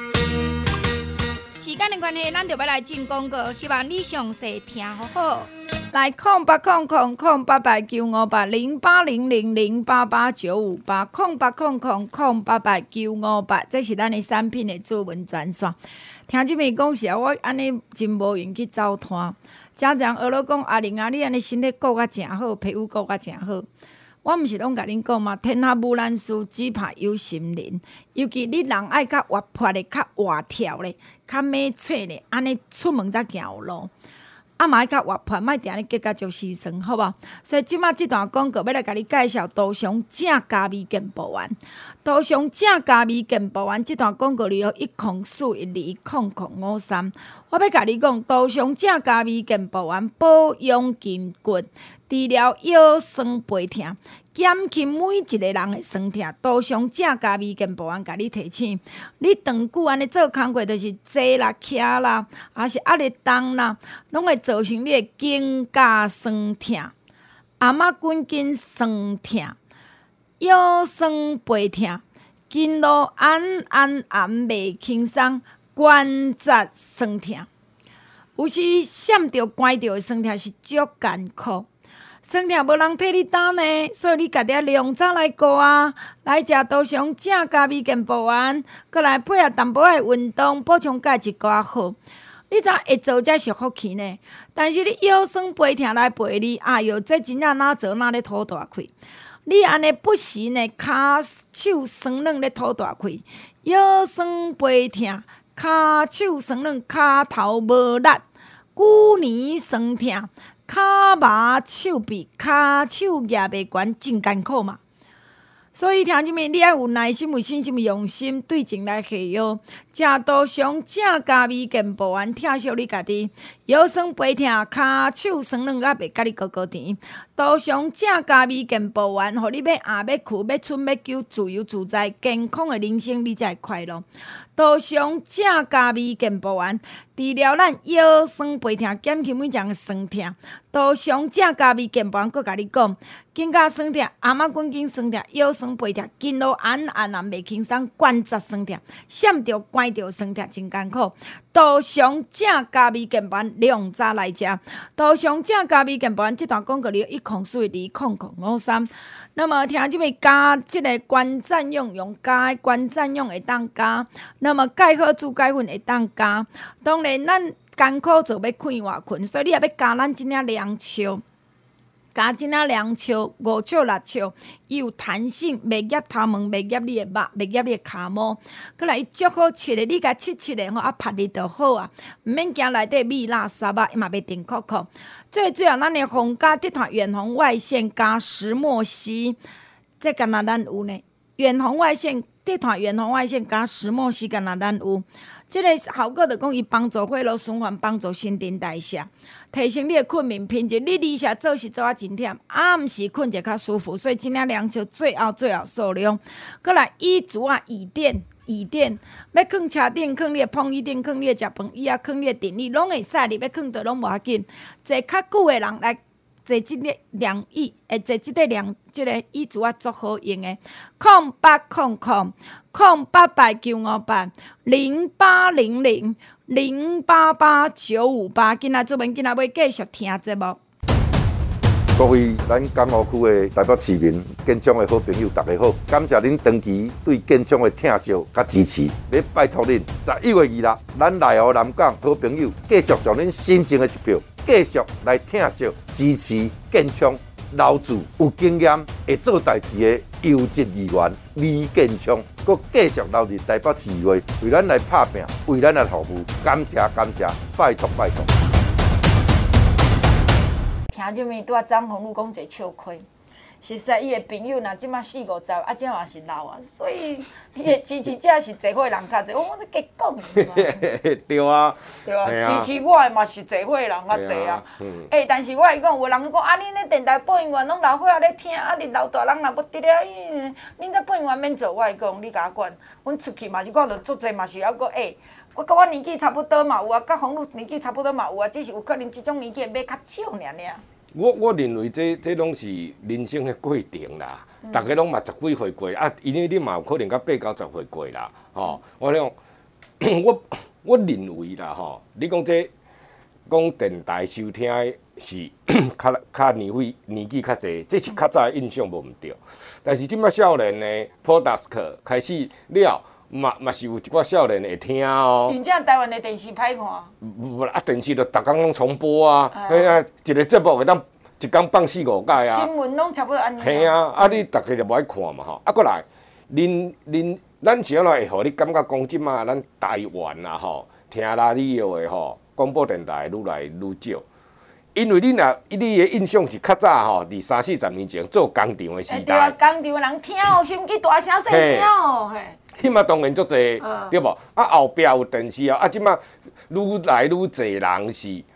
时间的关系，咱就要来进广告，希望你详细听好好。来，空八空空空八八九五八零八零零零八八九五八空八空空空八八九五八，这是咱的产品的主文专线。听这边讲是啊，我安尼真无闲去走摊。常常学了讲阿玲啊，你安尼身体顾甲诚好，皮肤顾甲诚好。我毋是拢甲恁讲嘛，天下无难事，只怕有心人。尤其你人爱较活泼的、较活跳的、较马切的，安尼出门才行有路。啊嘛爱较活泼，莫定安尼结甲足牺牲，好无？所以即马即段广告要来甲你介绍刀上正加味健保丸。刀上正加味健保丸，即段广告里有一空四一二空空五三。我要甲你讲，刀上正加味健保丸保养筋骨，治疗腰酸背痛， 减轻每一个人的酸痛，多上正家味健保安甲你提醒。你长久安尼做工课，就是坐啦、徛啦，还是压力重啦，拢会造成你的颈胛酸痛、阿妈滚筋酸痛、腰酸背痛、筋络暗暗暗袂轻松、关节酸痛。有时闪着、关着的酸痛是足艰苦。酸痛无人替你担呢，所以你家己量早来过啊，来食多上正家味健保丸，搁来配合淡薄仔运动，补充钙质够好。你知会做才是福气呢，但是你腰酸背痛来陪你，哎哟，这真正哪做哪咧吐大气。你安尼不时呢，骹手酸软咧吐大气，腰酸背痛，骹手酸软，骹头无力，久年酸痛。骹麻手臂，骹手举袂悬，真艰苦嘛。所以听即面，你爱有耐心、有信心、用心对症来下药，食多上正家味健保丸，疼惜你家己。腰酸背痛、骹手酸软，甲袂甲你高高甜。多上正家味健保丸，互你要压、要屈、要伸、要揪，自由自在，健康的人生，你才会快乐。多上正家味健保丸，治疗咱腰酸背痛，减轻每种酸痛。多上正家味健保丸，佮甲你讲，颈胛酸痛、阿妈滚筋酸痛、腰酸背痛、筋络暗暗暗袂轻松、关节酸痛、闪着关着酸痛，真艰苦。多上正家味健保丸，量早来食。多上正家味健保丸，这段广告里一控四二控控五三。那么听即位加即个关占用用加的关占用会当加，那么钙好猪钙粉会当加。当然咱艰苦做要困外困，所以你也要加咱即领凉笑。加即领凉笑，五笑六笑，伊有弹性，袂夹头毛，袂夹你的肉，袂夹你的骹毛。过来伊足好切的，你甲切切的吼，啊拍哩就好啊，毋免惊内底米垃圾啊，伊嘛袂甜苦苦。最主要，咱的红加地团远红外线加石墨烯，这敢若咱有呢。远红外线地团远红外线加石墨烯，敢若咱有。这个效果就讲伊帮助血路循环，帮助新陈代谢，提升你的困眠品质。你离下做事做啊真忝，暗时困者较舒服，所以真领凉笑最后最后数量。过来椅子啊椅垫。椅垫要放车顶，放你的碰椅顶，放你的食饭椅啊，放你的电椅，拢会使。你要放倒拢无要紧。坐较久的人来坐即个凉椅，会坐即个凉即个椅子啊，足好用的。空八空空空八八九五八零八零零零八八九五八。今仔做文，今仔要继续听节目。 各位咱港湖区的台北市民、建昌的好朋友，大家好！感谢恁长期对建昌的疼惜甲支持，要拜托恁十一月二日，咱内湖南港好朋友继续将恁新增的一票，继续来疼惜支持建昌老字有经验、会做代志的优质议员李建昌，佮继续留伫台北市议会，为咱来拍拼，为咱来服务。感谢感谢，拜托拜托。 听入面拄啊，张宏路讲一个笑亏，实在伊的朋友若即马四五十，啊，即嘛是老啊，所以伊的支持者是侪伙人较侪。我我这假讲的嘛。 对啊。 对啊，支持我的嘛是侪伙人较侪啊。诶、欸，但是我会讲，有人讲啊，恁咧电台播音员拢老伙仔咧听，啊，恁老大人若要得了，恁这播音员免做。我会讲，你甲我管，阮出去嘛是我着做侪嘛是还阁会。我甲我年纪差不多嘛有啊，甲宏路年纪差不多嘛有啊，只是有可能即种年纪的买较少尔尔。 我我认为这这拢是人生的过程啦，大家拢嘛十几岁过啊，因为你嘛有可能到八九十岁过啦，吼。我讲，我我认为啦，吼，你讲这讲电台收听的是较较年岁年纪较济，这是较早的印象无毋对。但是即摆少年的 podcast 开始了。嘛嘛是有一寡少年会听哦。 真正台湾的电视歹看。 无啊，电视就逐工拢重播啊，嘿啊，一个节目会当一工放四五届啊。 新闻拢差不多安尼。 嘿啊，啊你逐个就无爱看嘛吼，啊过来，恁恁咱是安怎会互你感觉讲即马咱台湾啊吼，听拉里奥的吼广播电台愈来愈少。因为你若你的印象是较早吼，伫三四十年前做工厂的时代。对啊， 工厂的人听哦，心机大声细声哦，嘿。 迄嘛当然足济，对无？啊后壁有电视啊，啊即马愈来愈济人是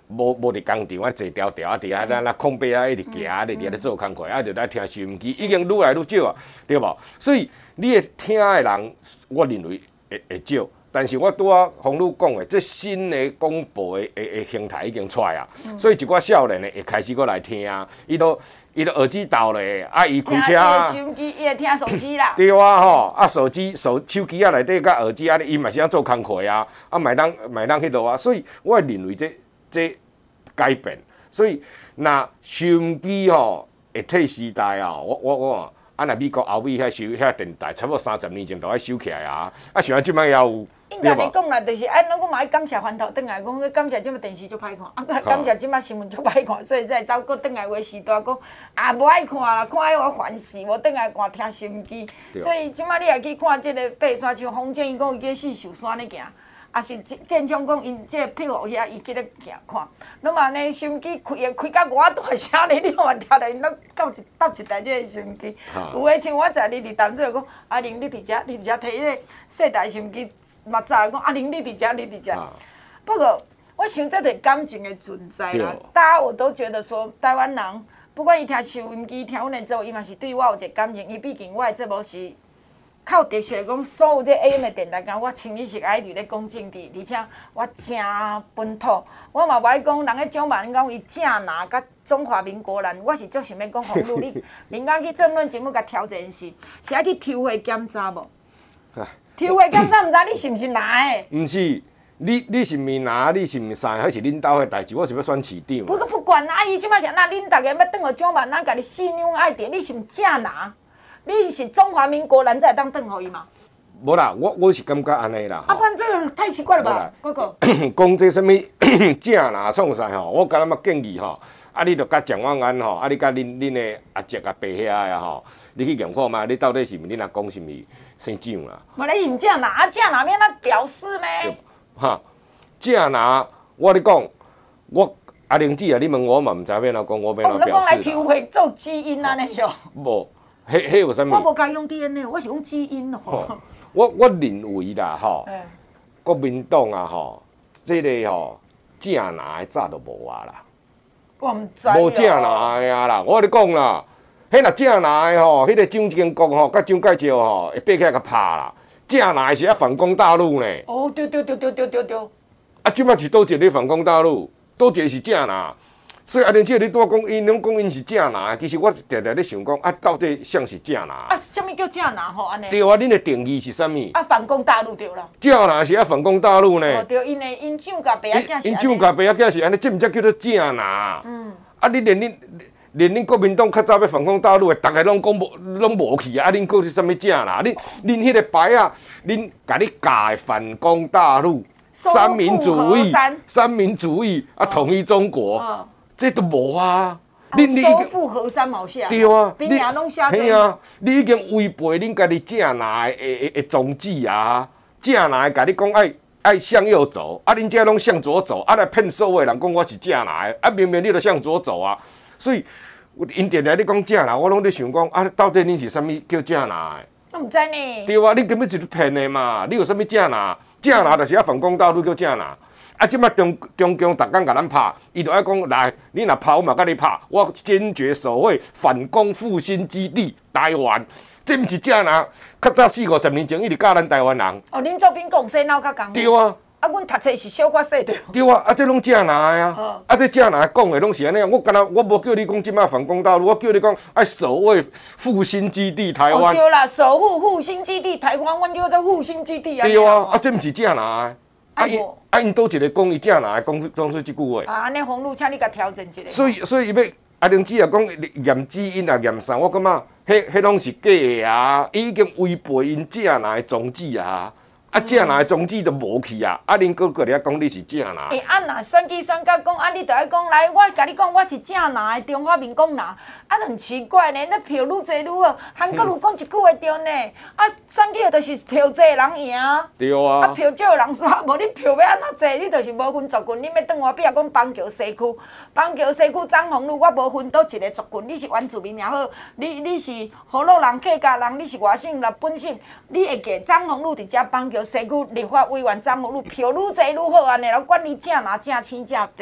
无无伫工厂啊，坐条条啊，伫遐咱咱空白啊，一直行啊，伫伫咧做工课啊，就来听收音机，已经愈来愈少啊，对无？所以你会听的人，我认为会会少。但是我拄啊洪女讲的，这新的广播的的的形态已经出来啊，嗯、所以一寡少年的会开始过来听啊，伊都伊都耳机倒咧，啊伊开车啊， 听手机，伊会听手机啦。 对啊吼，啊手机手手机啊内底甲耳机啊，伊嘛是要做工课啊，啊买当买当迄落啊，所以我会认为这这改变，所以那收音机吼会替时代啊，我我我。啊！若美国欧美遐收遐电台，差不多三十年前都爱收起来啊！啊，想啊，即摆也有。 应该你讲啦，就是安怎，我嘛爱感谢翻头转来讲，感谢即摆电视足歹看，啊，感谢即摆新闻足歹看，所以才走过转来话时代讲，啊，无爱看啦，看爱我烦死，无转来看听收音机。所以即摆你也去看即个爬山，像洪建伊讲伊去四树山咧行。啊是建昌讲因即个票遐伊去咧行看，拢嘛呢收音机开开甲偌大声咧，你嘛听着因拢到一搭一台即个收音机。有诶像我知你伫淡水讲，阿玲你伫遮，你伫遮摕迄个细台收音机，嘛知讲阿玲你伫遮，你伫遮。不过我想这是感情的存在啦，大家我都觉得说台湾人不管伊听收音机听阮的节目，伊嘛是对我有一个感情，伊毕竟我的节目是。较有特色讲，所有这 A M 的电台讲，我清一色爱伫咧讲政治，而且我真本土。我嘛无爱讲，人咧蒋万安讲伊正拿甲中华民国人，我是足想要讲洪女，你恁敢去政论节目甲挑战是，是爱去抽血检查无？抽血检查毋知你是毋是拿的？ 毋是，你你是毋拿，你是毋啥，还是恁兜的代志？我是要选市长。 不过不管阿姨即摆是那恁逐个要转互蒋万安，甲你信用爱点，你是毋正拿？你是中华民国人才当邓互伊嘛？ 无啦，我我是感觉安尼啦。 啊，不然这个太奇怪了吧，哥哥。 讲这什么正啦创啥吼？我敢若建议吼，啊，你著甲蒋万安吼，啊，你甲恁恁的阿叔啊、伯遐呀吼，你去验看嘛，你到底是毋是恁阿公是毋是姓蒋啦？ 无你是毋正拿，啊正拿免那表示咩？ 哈，正拿，我咧讲，我阿玲姐啊，你问我嘛，毋知要哪讲，我要哪表示啦。 我讲来抽血做基因安尼哟。 无。迄迄有啥物？ 我无甲用 D N A， 我是用基因哦。 我我认为啦，吼，国民党啊，吼，这个吼正拿的早都无啊啦。 我毋知。 无正拿的啊啦，我咧讲啦，迄若正拿的吼，迄个蒋经国吼，甲蒋介石吼，会爬起来甲拍啦。正拿的是啊反攻大陆呢。 哦，对对对对对对对。 啊，即摆是倒一个反攻大陆，倒一个是正拿。所以阿玲姐，你拄讲因拢讲因是正拿，其实我常常咧想讲，啊，到底像是正拿？ 啊，啥物叫正拿吼？安尼？ 对啊，恁的定义是啥物？ 啊，反攻大陆对啦。 正拿是啊反攻大陆呢。 哦，对，因的因蒋甲爸仔囝是安尼。 因蒋甲爸仔囝是安尼，这毋才叫做正拿。嗯。啊，你连恁连恁国民党较早要反攻大陆的，逐个拢讲无拢无去啊！啊，恁讲是啥物正拿？恁恁迄个牌啊，恁甲你教的反攻大陆、三民主义、三民主义啊，统一中国。这都无啊！ 你你收复河山毛线？ 对啊， 兵也拢写嘿啊！你已经违背恁家己正拿的的的宗旨啊！正拿的甲你讲爱爱向右走，啊，恁这拢向左走，啊来骗所有人讲我是正拿的，啊明明你著向左走啊！所以因定定咧讲正拿，我拢咧想讲啊，到底恁是啥物叫正拿的？ 我毋知呢。 对啊，你根本就是骗的嘛！你有啥物正拿？正拿就是啊反攻大陆叫正拿。啊！即摆中中共逐工甲咱拍，伊就爱讲来，你若拍我嘛甲你拍，我坚决守卫反攻复兴基地台湾。这毋是正拿，较早四五十年前，伊直教咱台湾人。 哦，恁做兵讲洗脑较共。 对啊。 啊，阮读册是小可细着。 对啊，啊，这拢正拿的啊。啊，这正拿讲的拢是安尼啊。我敢若我无叫你讲即摆反攻大陆，我叫你讲爱守卫复兴基地台湾。 哦，对啦，守护复兴基地台湾，阮叫做复兴基地啊。 对啊，啊，这毋是正拿的。啊因啊因倒一个讲伊正拿讲讲出即句话。 啊，安尼洪路，请你甲调整一下。 所以所以伊要阿玲姐也讲验基因啊验啥，我感觉迄迄拢是假的啊，伊已经违背因正拿的宗旨啊。啊，正拿的宗旨都无去啊！啊，恁哥过来讲你是正拿。 诶，啊若选举选到讲，啊，你著爱讲来，我甲你讲，我是正拿的中华民国拿，啊，很奇怪呢，那票愈侪愈好，韩国瑜讲一句话对呢，啊，选举就是票侪人赢。 对啊。 啊，票少人煞，无你票要安怎侪，你就是无分族群，你要转我，比如讲邦桥西区，邦桥西区张宏路，我无分倒一个族群，你是原住民也好，你你是河洛人、客家人，你是外省啦本省，你会记张宏路伫遮邦桥。西区立法委员张宏路票愈侪愈好安尼，然后管你正拿正青正白。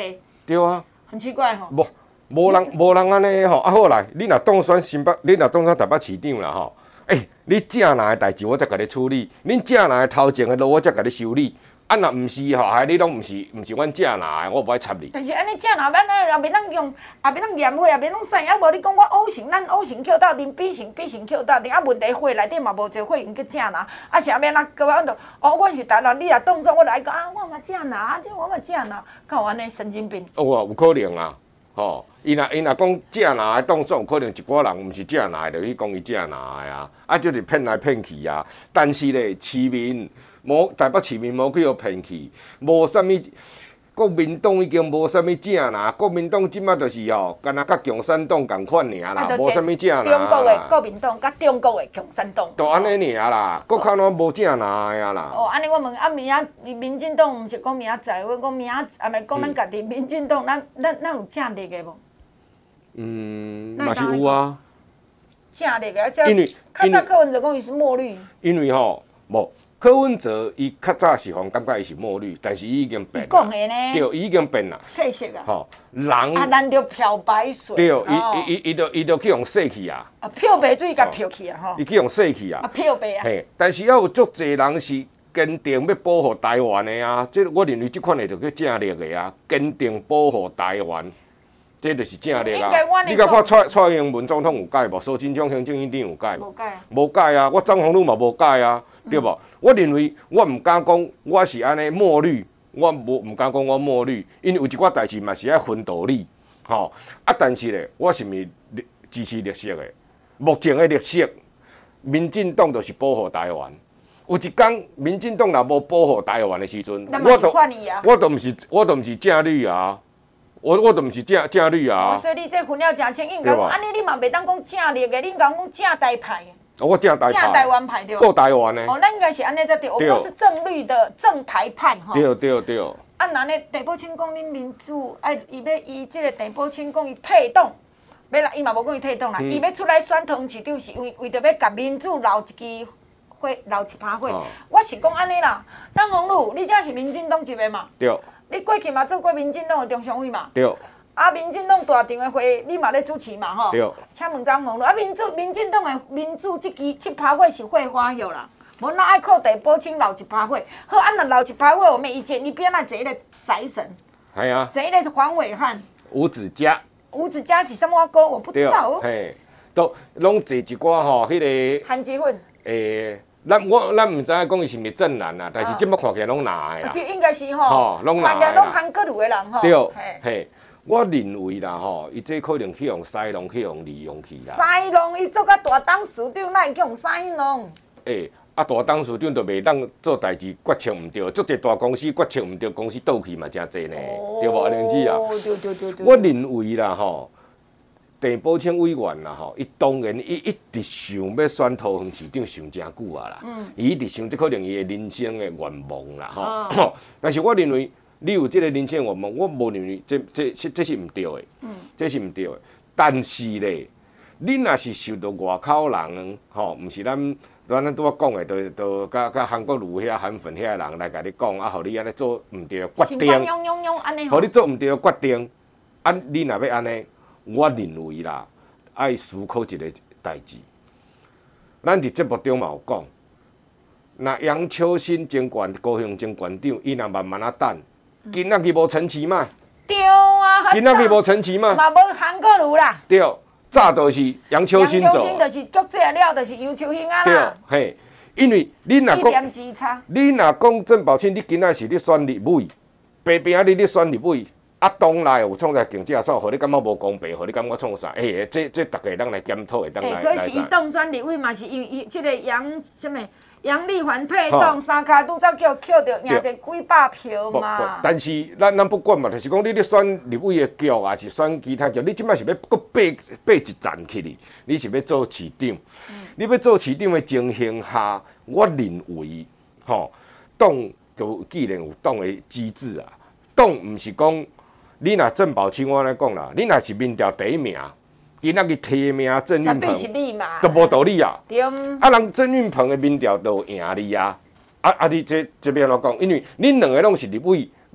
对啊， 很奇怪吼。 无无人无人安尼吼，啊好来，你若当选新北，你若当选台北市长啦吼，诶、欸，你正南的代志我才甲你处理，恁正南的头前的路我才甲你修理。啊，若毋是吼，还你拢毋是毋是阮正南的，我无爱插你。 但是安尼正南，咱咧也袂当用，也袂当验货，也袂当洗，啊无你讲我 O 型，咱 O 型扣到定 B 型 B 型扣到定，啊问题货内底嘛无一货用叫正南，啊是安免啊？各位，阮就哦，阮是台南，你若当选，我来讲啊，我嘛正南，啊，这我嘛正南，敢有安尼神经病？ 哦，有可能啊，吼，伊若伊若讲正南的当选，有可能一寡人毋是正南的，就去讲伊正南的啊，啊就是骗来骗去啊。但是咧，市民。无台北市民无去互骗去，无啥物国民党已经无啥物正啦，国民党即马就是吼，敢若甲共产党共款尔啦，无啥物正啦。 中国的国民党甲中国的共产党， 都安尼尔啦，国口拢无正啦呀啦。 哦，安尼我问，啊明仔民进党毋是讲明仔载，我讲明仔啊，咪讲咱家己民进党，咱咱咱有正力的无？ 嗯，嘛是有啊。 正力的，因为较早柯文哲讲伊是墨绿。因为吼，无。柯文哲伊较早是互感觉伊是墨绿，但是伊已经变啦。 讲的呢？ 对，伊已经变啦。 褪色啊。 吼，人啊，咱着漂白水。 对，伊伊伊伊着伊着去用洗去啊。 啊，漂白水甲漂去啊，吼。 伊去用洗去啊。 啊，漂白啊。 嘿，但是要有足侪人是坚定要保护台湾的啊，即我认为即款的就叫正力的啊，坚定保护台湾，这就是正力啊。你甲看蔡蔡英文总统有改无？苏贞昌行政院长有改无？ 无改。 无改啊，我张宏宇嘛无改啊。对无？我认为我毋敢讲我是安尼墨绿，我无毋敢讲我墨绿，因为有一寡代志嘛是爱分道理，吼、哦。啊，但是咧，我是毋是支持绿色的？目前的绿色，民进党就是保护台湾。有一天，民进党若无保护台湾的时阵， 我都我都毋是我都毋是正绿啊，我我都毋是正正绿啊。 哦、所以你这分了真清，因讲安尼你嘛袂当讲正绿的，你讲讲正台派的。 我正台派， 正台湾派对， 够台湾的。 哦，咱应该是安尼才对，我们都是正绿的正台派吼。 对对对。 啊，那呢，陈宝清讲恁民主，哎，伊要伊即个陈宝清讲伊退党，要来，伊嘛无讲伊退党啦，伊、嗯、要出来选党市长是为为着要甲民主留一支火，留一把火。哦、我是讲安尼啦，张宏儒，你这是民进党一个嘛？ 对。 你过去嘛做过民进党的中常委嘛？ 对。 啊，民进党大场的会，你嘛咧主持嘛吼？ 对。 请问张宏儒，啊，民主民进党的民主即支七趴火是会花药啦，无哪爱靠陈宝清留一趴火。好，啊，若留一趴火，我没意见。你边来坐一个宅神？ 系啊。 坐一个黄伟汉。 吴子嘉。 吴子嘉是什么歌？我不知道哦。 嘿，都拢坐一寡吼，迄个。 韩吉混。 诶，咱我咱毋知影讲伊是毋是正蓝啦，但是即摆看起来拢拿的啦。 对，应该是吼。 拢拿的啦。 看起来拢韩国路的人吼。 对。嘿。我认为啦吼，伊这可能去用西农去用利用去啦。 西农伊做甲大党市长，哪会去用西农？ 诶，啊大党市长就袂当做代志决策毋对，足侪大公司决策毋对，公司倒去嘛真侪呢，哦、对无阿玲子啊？ 对对对对。 我认为啦吼，陈宝清委员啦吼，伊当然伊一直想要选桃园市长，想真久啊啦。嗯。伊一直想，这可能伊的人生的愿望啦吼。哦、但是我认为。你有即个人生愿望，我无认为这这这这是毋对的，嗯、这是毋对的。但是咧，你若是受到外口人，吼，毋是咱咱咱拄仔讲的，都都甲甲韩国瑜遐韩粉遐人来甲你讲，啊，互你安尼做毋对的决定，互你做毋对的决定，啊，你若要安尼，我认为啦，爱思考一个代志。咱伫节目中嘛有讲，那杨秋兴前县高雄前县长，伊若慢慢啊等。今仔日无陈其迈， 对啊， 今仔日无陈其迈， 嘛无韩国瑜啦。 对，早就是杨秋兴做。 杨秋兴就是国际了，就是杨秋兴啊啦。 对，嘿，因为你若讲，你若讲郑宝清，你今仔是咧选立委，白平啊你咧选立委，啊党内有创在竞争手，互你感觉无公平，互你感觉创啥？诶、欸，这这大家当来检讨，会当来来。 可是伊当选立委嘛，是因为伊即个杨什么？杨丽环退党，三卡拄则叫扣着赢者几百票嘛。 但是咱咱不管嘛，就是讲你咧选立委的局，还是选其他局，你即摆是要搁爬爬一站起哩？你是要做市长？嗯、你要做市长的情形下，我认为，吼，党就既然有党的机制啊，党毋是讲你若郑宝清我来讲啦，你若是民调第一名。今仔日提名郑运鹏，都无道理啊！对，啊，人郑运鹏的民调都赢你啊！啊啊，你这这边怎讲？因为恁两个拢是立委，要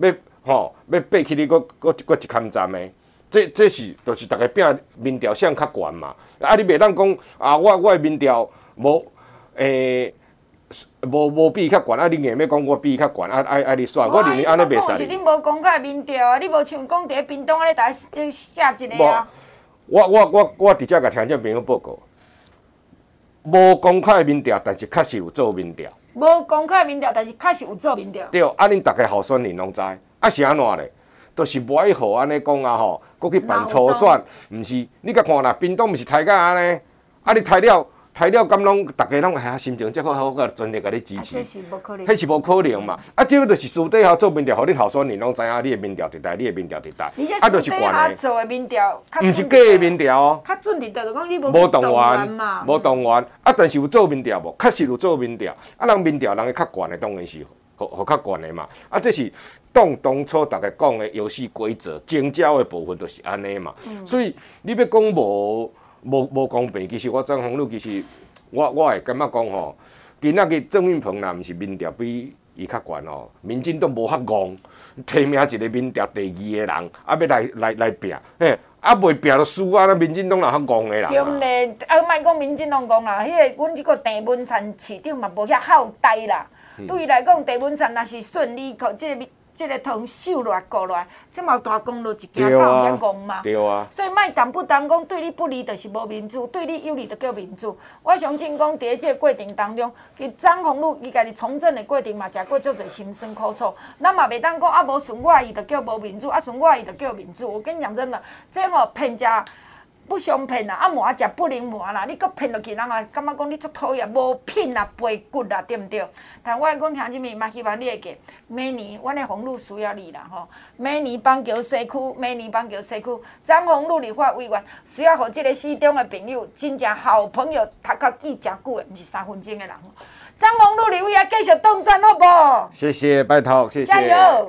吼，要爬起你搁搁搁一坎站的，这这是就是大家拼民调谁较悬嘛。啊，你袂当讲啊，我我的民调无诶。无无比较悬，啊！你硬要讲我比较悬，啊啊啊！你选，我认为安尼袂使。 是恁无公开民调啊，你无像讲伫咧屏东安尼，大家写一个啊。 我我我我直接甲听众朋友报告，无公开民调，但是确实有做民调。 无公开民调，但是确实有做民调。 对，啊，恁大家候选人拢知，啊是安怎咧？都、就是无爱好安尼讲啊吼，搁去办初选，毋是？你甲看啦，屏东毋是抬甲安尼，啊你抬了。抬了咁拢，大家拢哎心情则好好，个全力甲你支持。 这是无可能。 迄是无可能嘛！啊，即个就是私底下做民调，互恁候选人拢知影，你的民调伫台，你的民调伫台。 啊，就是私底下做的民调， 毋是假的民调哦。 较准伫就是讲你无无动员嘛。 无动员，啊，但是有做民调无？确实有做民调。啊，人民调人会较悬的，当然是互互较悬的嘛。啊，这是当当初大家讲的游戏规则、争交的部分，就是安尼嘛。嗯、所以你要讲无无无公平，其实我张宏宇其实。我我会感觉讲吼，今仔日郑运鹏若毋是民调比伊较悬吼，民进党无遐戆，提名一个民调第二个人，啊要来来来拼，嘿，啊袂拼就输啊！那民进党若较戆个人。 对咧，啊莫讲民进党戆啦，迄、那个阮即个郑文灿市长嘛无遐好待啦。嗯、对伊来讲，郑文灿若是顺利，靠即个。即个汤收落过来，即嘛大公路一行到遐戆嘛。 对啊。 所以莫动不动讲对你不利，就是无民主；对你有利，就叫民主。我相信讲，伫即个过程当中，其张宏宇伊家己从政的过程嘛，食过足侪辛酸苦楚。咱嘛袂当讲啊，无顺我意就叫无民主，啊顺我意就叫民主。我跟你讲真的，这吼骗食。不相骗啦，啊麻食不灵麻啦，你搁骗落去，人也感觉讲你足讨厌，无品啦，背骨啦，对毋对？但我讲听即面嘛，希望你会记，明年阮的宏路需要你啦吼。明年邦桥西区，明年邦桥西区，张宏路立法委员需要互即个市中的朋友，真正好朋友，读较记诚久的，毋是三分钟的人。张宏路立委啊，继续当选好无？ 谢谢，拜托，谢谢。 加油！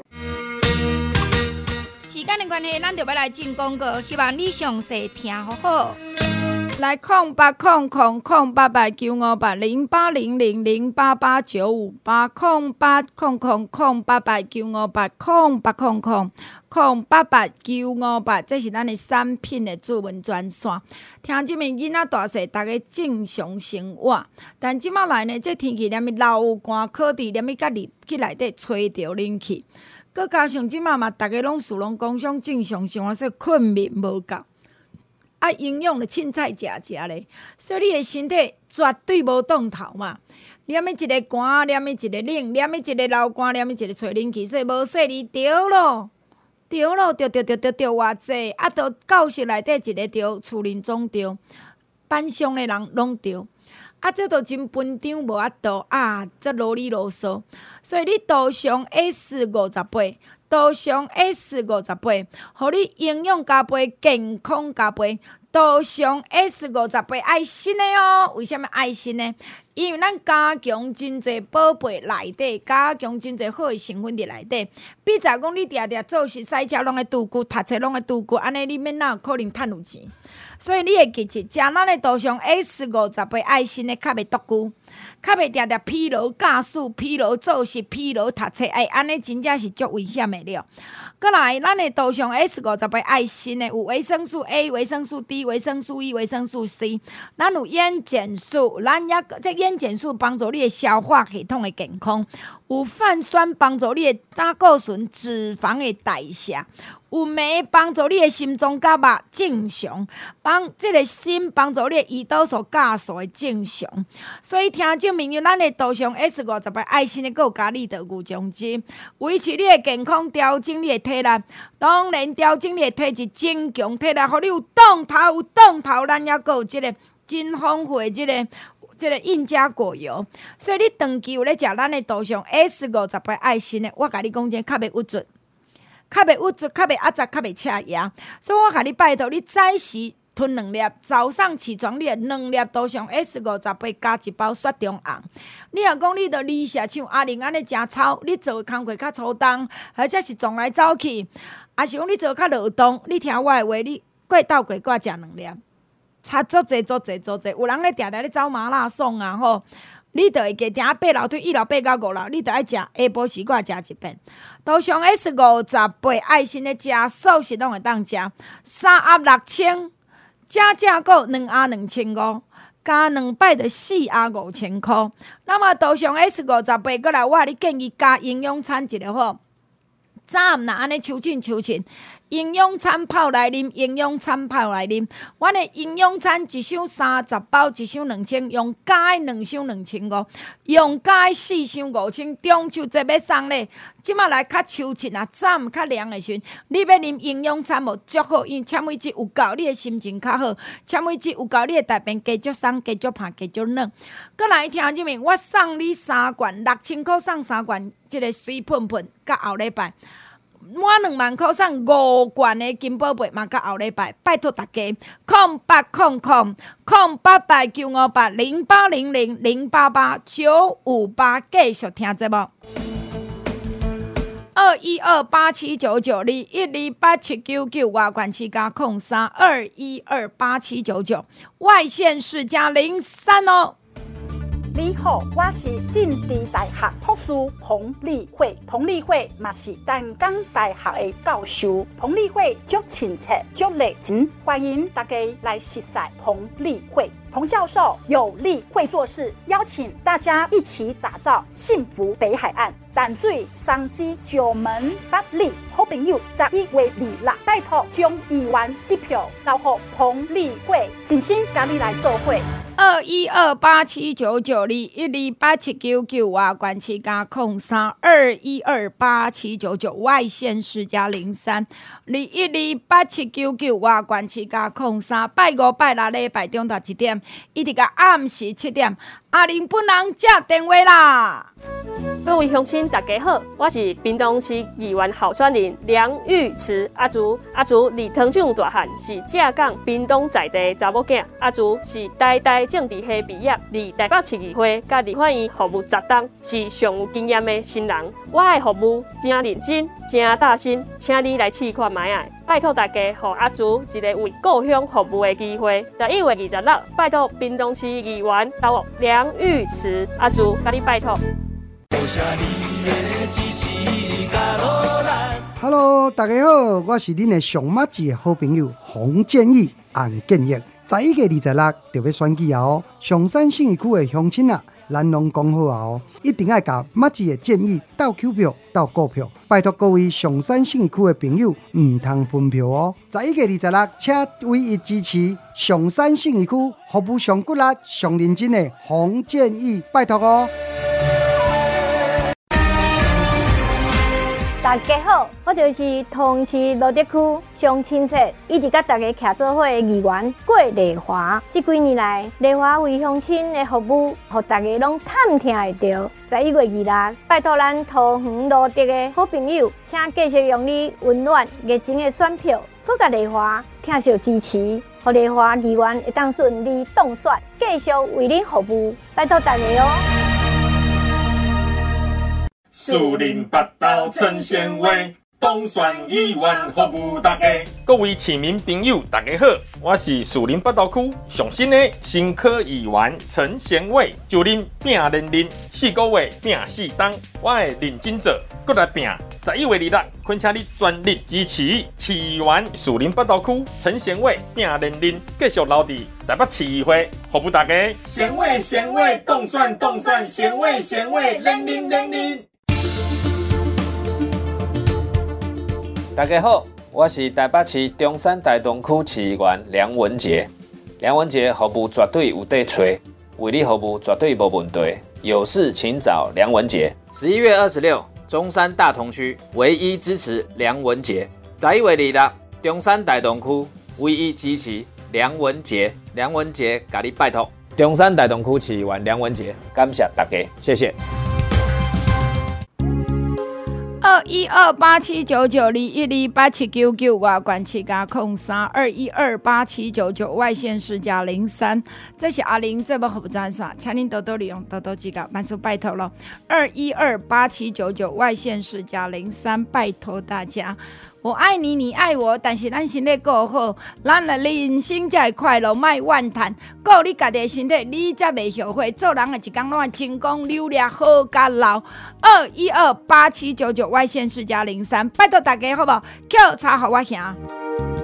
时间的关系，咱就要来进广告，希望你详细听好好。 来空八空空空八八九五八零八零零零八八九五八空八空空空八八九五八空八空空空八八九五八，这是咱的产品的主文专线。听即面囡仔大细，大家正常生活，但即马来呢，这天气连咪流汗、烤地，连咪甲入去内底吹着冷气。佮加上即马嘛，逐个拢属拢讲上正常生活，说困眠无够，啊营养的凊彩食食咧，所以你的身体绝对无动头嘛。连伊一个寒，连伊一个冷，连伊一个流汗，连伊一个吹冷气，所以无说你对咯，对咯，对对对对对偌济，啊，都教室内底一个对，厝邻总对，班上的人拢对。啊，这都真分张无法度啊，这啰里啰嗦。所以你多上 S 五十八，多上 S 五十八，互你营养加倍，健康加倍。多上 S 五十八爱心的哦，为什么爱心呢？因为咱加强真侪宝贝内底，加强真侪好的成分伫内底。比在讲你定定做事赛车拢会拄久，读册拢会拄久，安尼你免哪有可能趁有钱？所以你会记住，食咱的多上 S 五十八爱心的，较袂独久，较袂定定疲劳驾驶、疲劳做事、疲劳读册，哎，安尼真正是足危险的了。过来，咱的多上 S 五十八爱心的有维生素 A、维生素 D、维生素 E、维生素 C， 咱有烟碱素，咱也这烟碱素帮助你的消化系统的健康，有泛酸帮助你的胆固醇、脂肪的代谢。有镁帮助你的心脏甲肉正常，帮即个心帮助你的胰岛素加速的正常。所以听证明，咱的多上 S 五十八爱心的，还有加利得牛浆汁，维持你的健康，调整你的体力，当然调整你的体质，增强体力，互你有动头，有动头，咱还有即个真丰富的即个。即个印加果油，所以你长期有咧食咱的多上 S 五十八爱心的，我甲你讲者较袂郁卒。较袂郁卒，较袂压榨，较袂车牙，所以我甲你拜托，你早时吞两粒，早上起床你两粒多上 S 五十八加一包雪中红。你若讲你着理社像阿玲安尼诚操，你做工课较粗重，或者是撞来走去，还是讲你做较劳动，你听我的话，你过倒过挂食两粒，差足济足济足济，有人咧定定咧走麻辣爽啊吼。 你就会加定八楼对一楼八到五楼，你就爱食下晡时我食一遍。图上 S 五十八爱心的食素食拢会当食，三盒六千，加价购两盒两千五，加两摆就四盒五千块。那么图上 S 五十八过来，我你建议加营养餐一个好。早暗若安尼抽凊抽凊，营养餐泡来啉，营养餐泡来啉。阮的营养餐一箱三十包，一箱两千，用加的两箱两千五，用加的四箱五千。中秋节要送咧，即马来较抽凊啊，早暗较凉的时阵，你要啉营养餐无足好，因为纤维质有够，你的心情较好；纤维质有够，你的大便加足松、加足香、加足软。过来听入面，我送你三罐，六千块送三罐，即个水喷喷，甲后礼拜。满两万块送五罐的金宝贝，嘛，到后礼拜，拜托大家，空八空空空八八九五八零八零零零八八九五八，继续听节目。二一二八七九九二一二八七九九外管七加空三二一二八七九九外线是加零三哦。 你好，我是政治大学博士彭丽慧。彭丽慧嘛是淡江大学的教授。彭丽慧足亲切、足热情，欢迎大家来熟悉彭丽慧。彭教授有力会做事，邀请大家一起打造幸福北海岸。淡水、桑基、九门、八里好朋友，十一月二六，拜托将议员支票留给彭丽慧，尽心甲你来做伙。 二一二八七九九二一二八七九九外关七加空三二一二八七九九外线是加零三二一二八七九九外关七加空三拜五拜六礼拜中昼一点，一直到暗时七点，阿玲本人接电话啦。 各位乡亲，大家好，我是屏东市议员候选人梁玉慈阿竹。阿竹离汤厂大汉，是正港屏东在地查某囝。阿竹是代代政治系毕业，离台北市议会甲立法院服务十档，是上有经验的新人。我的服务真认真，真大心，请你来试看卖啊！拜托大家，给阿竹一个为故乡服务的机会。十一月二十六，拜托屏东市议员到梁玉慈阿竹，甲你拜托。 Hello， 大家好，我是恁的上马子的好朋友洪建义、洪建义。十一月二十六就要选举啊哦，上山信义区的乡亲啊，咱拢讲好啊哦，一定要甲马子的建议斗扣票、斗股票，拜托各位上山信义区的朋友唔通分票哦。十一月二十六，请唯一支持上山信义区服务上骨力、上认真的洪建义，拜托哦。 大家好，我就是同市罗德区上亲切，一直甲大家徛做伙的议员郭丽华。这几年来，丽华为乡亲的服务，互大家拢探听会到。十一月二日，拜托咱桃园罗德的好朋友，请继续用你温暖热情的选票，搁甲丽华听受支持，互丽华议员会当顺利当选，继续为您服务。拜托大家哦。 树林八道陈贤伟，当选议员服务大家。 各位市民朋友，大家好，我是树林八道区上新的新科议员陈贤伟，就任拼连任四个月拼四档，我会认真做，搁来拼。十一月二日，恳请你全力支持市议员树林八道区陈贤伟拼连任，继续留伫台北市议会服务大家。 贤伟贤伟，当选当选，贤伟贤伟，连任连任。 大家好，我是台北市中山大东区市议员梁文杰。梁文杰服务绝对有得找，为你服务绝对无问题。有事请找梁文杰。十一月二十六，中山大同区唯一支持梁文杰。十一月二日，中山大东区唯一支持梁文杰。梁文杰，甲你拜托。中山大东区市议员梁文杰，感谢大家，谢谢。 二一二八七九九二一二八七九九外管七加空三二一二八七九九外线是加零三，这是阿玲这部服务专线，请您多多利用，多多指教，万事拜托了。二一二八七九九外线是加零三，拜托大家。 我爱你，你爱我，但是咱身体顾好，咱的人生才会快乐，莫怨叹。顾你家己的身体，你才袂后悔。做人的一天拢会成功，流量好甲老。二一二八七九九外线四加零三，拜托大家好不好？扣查互我兄。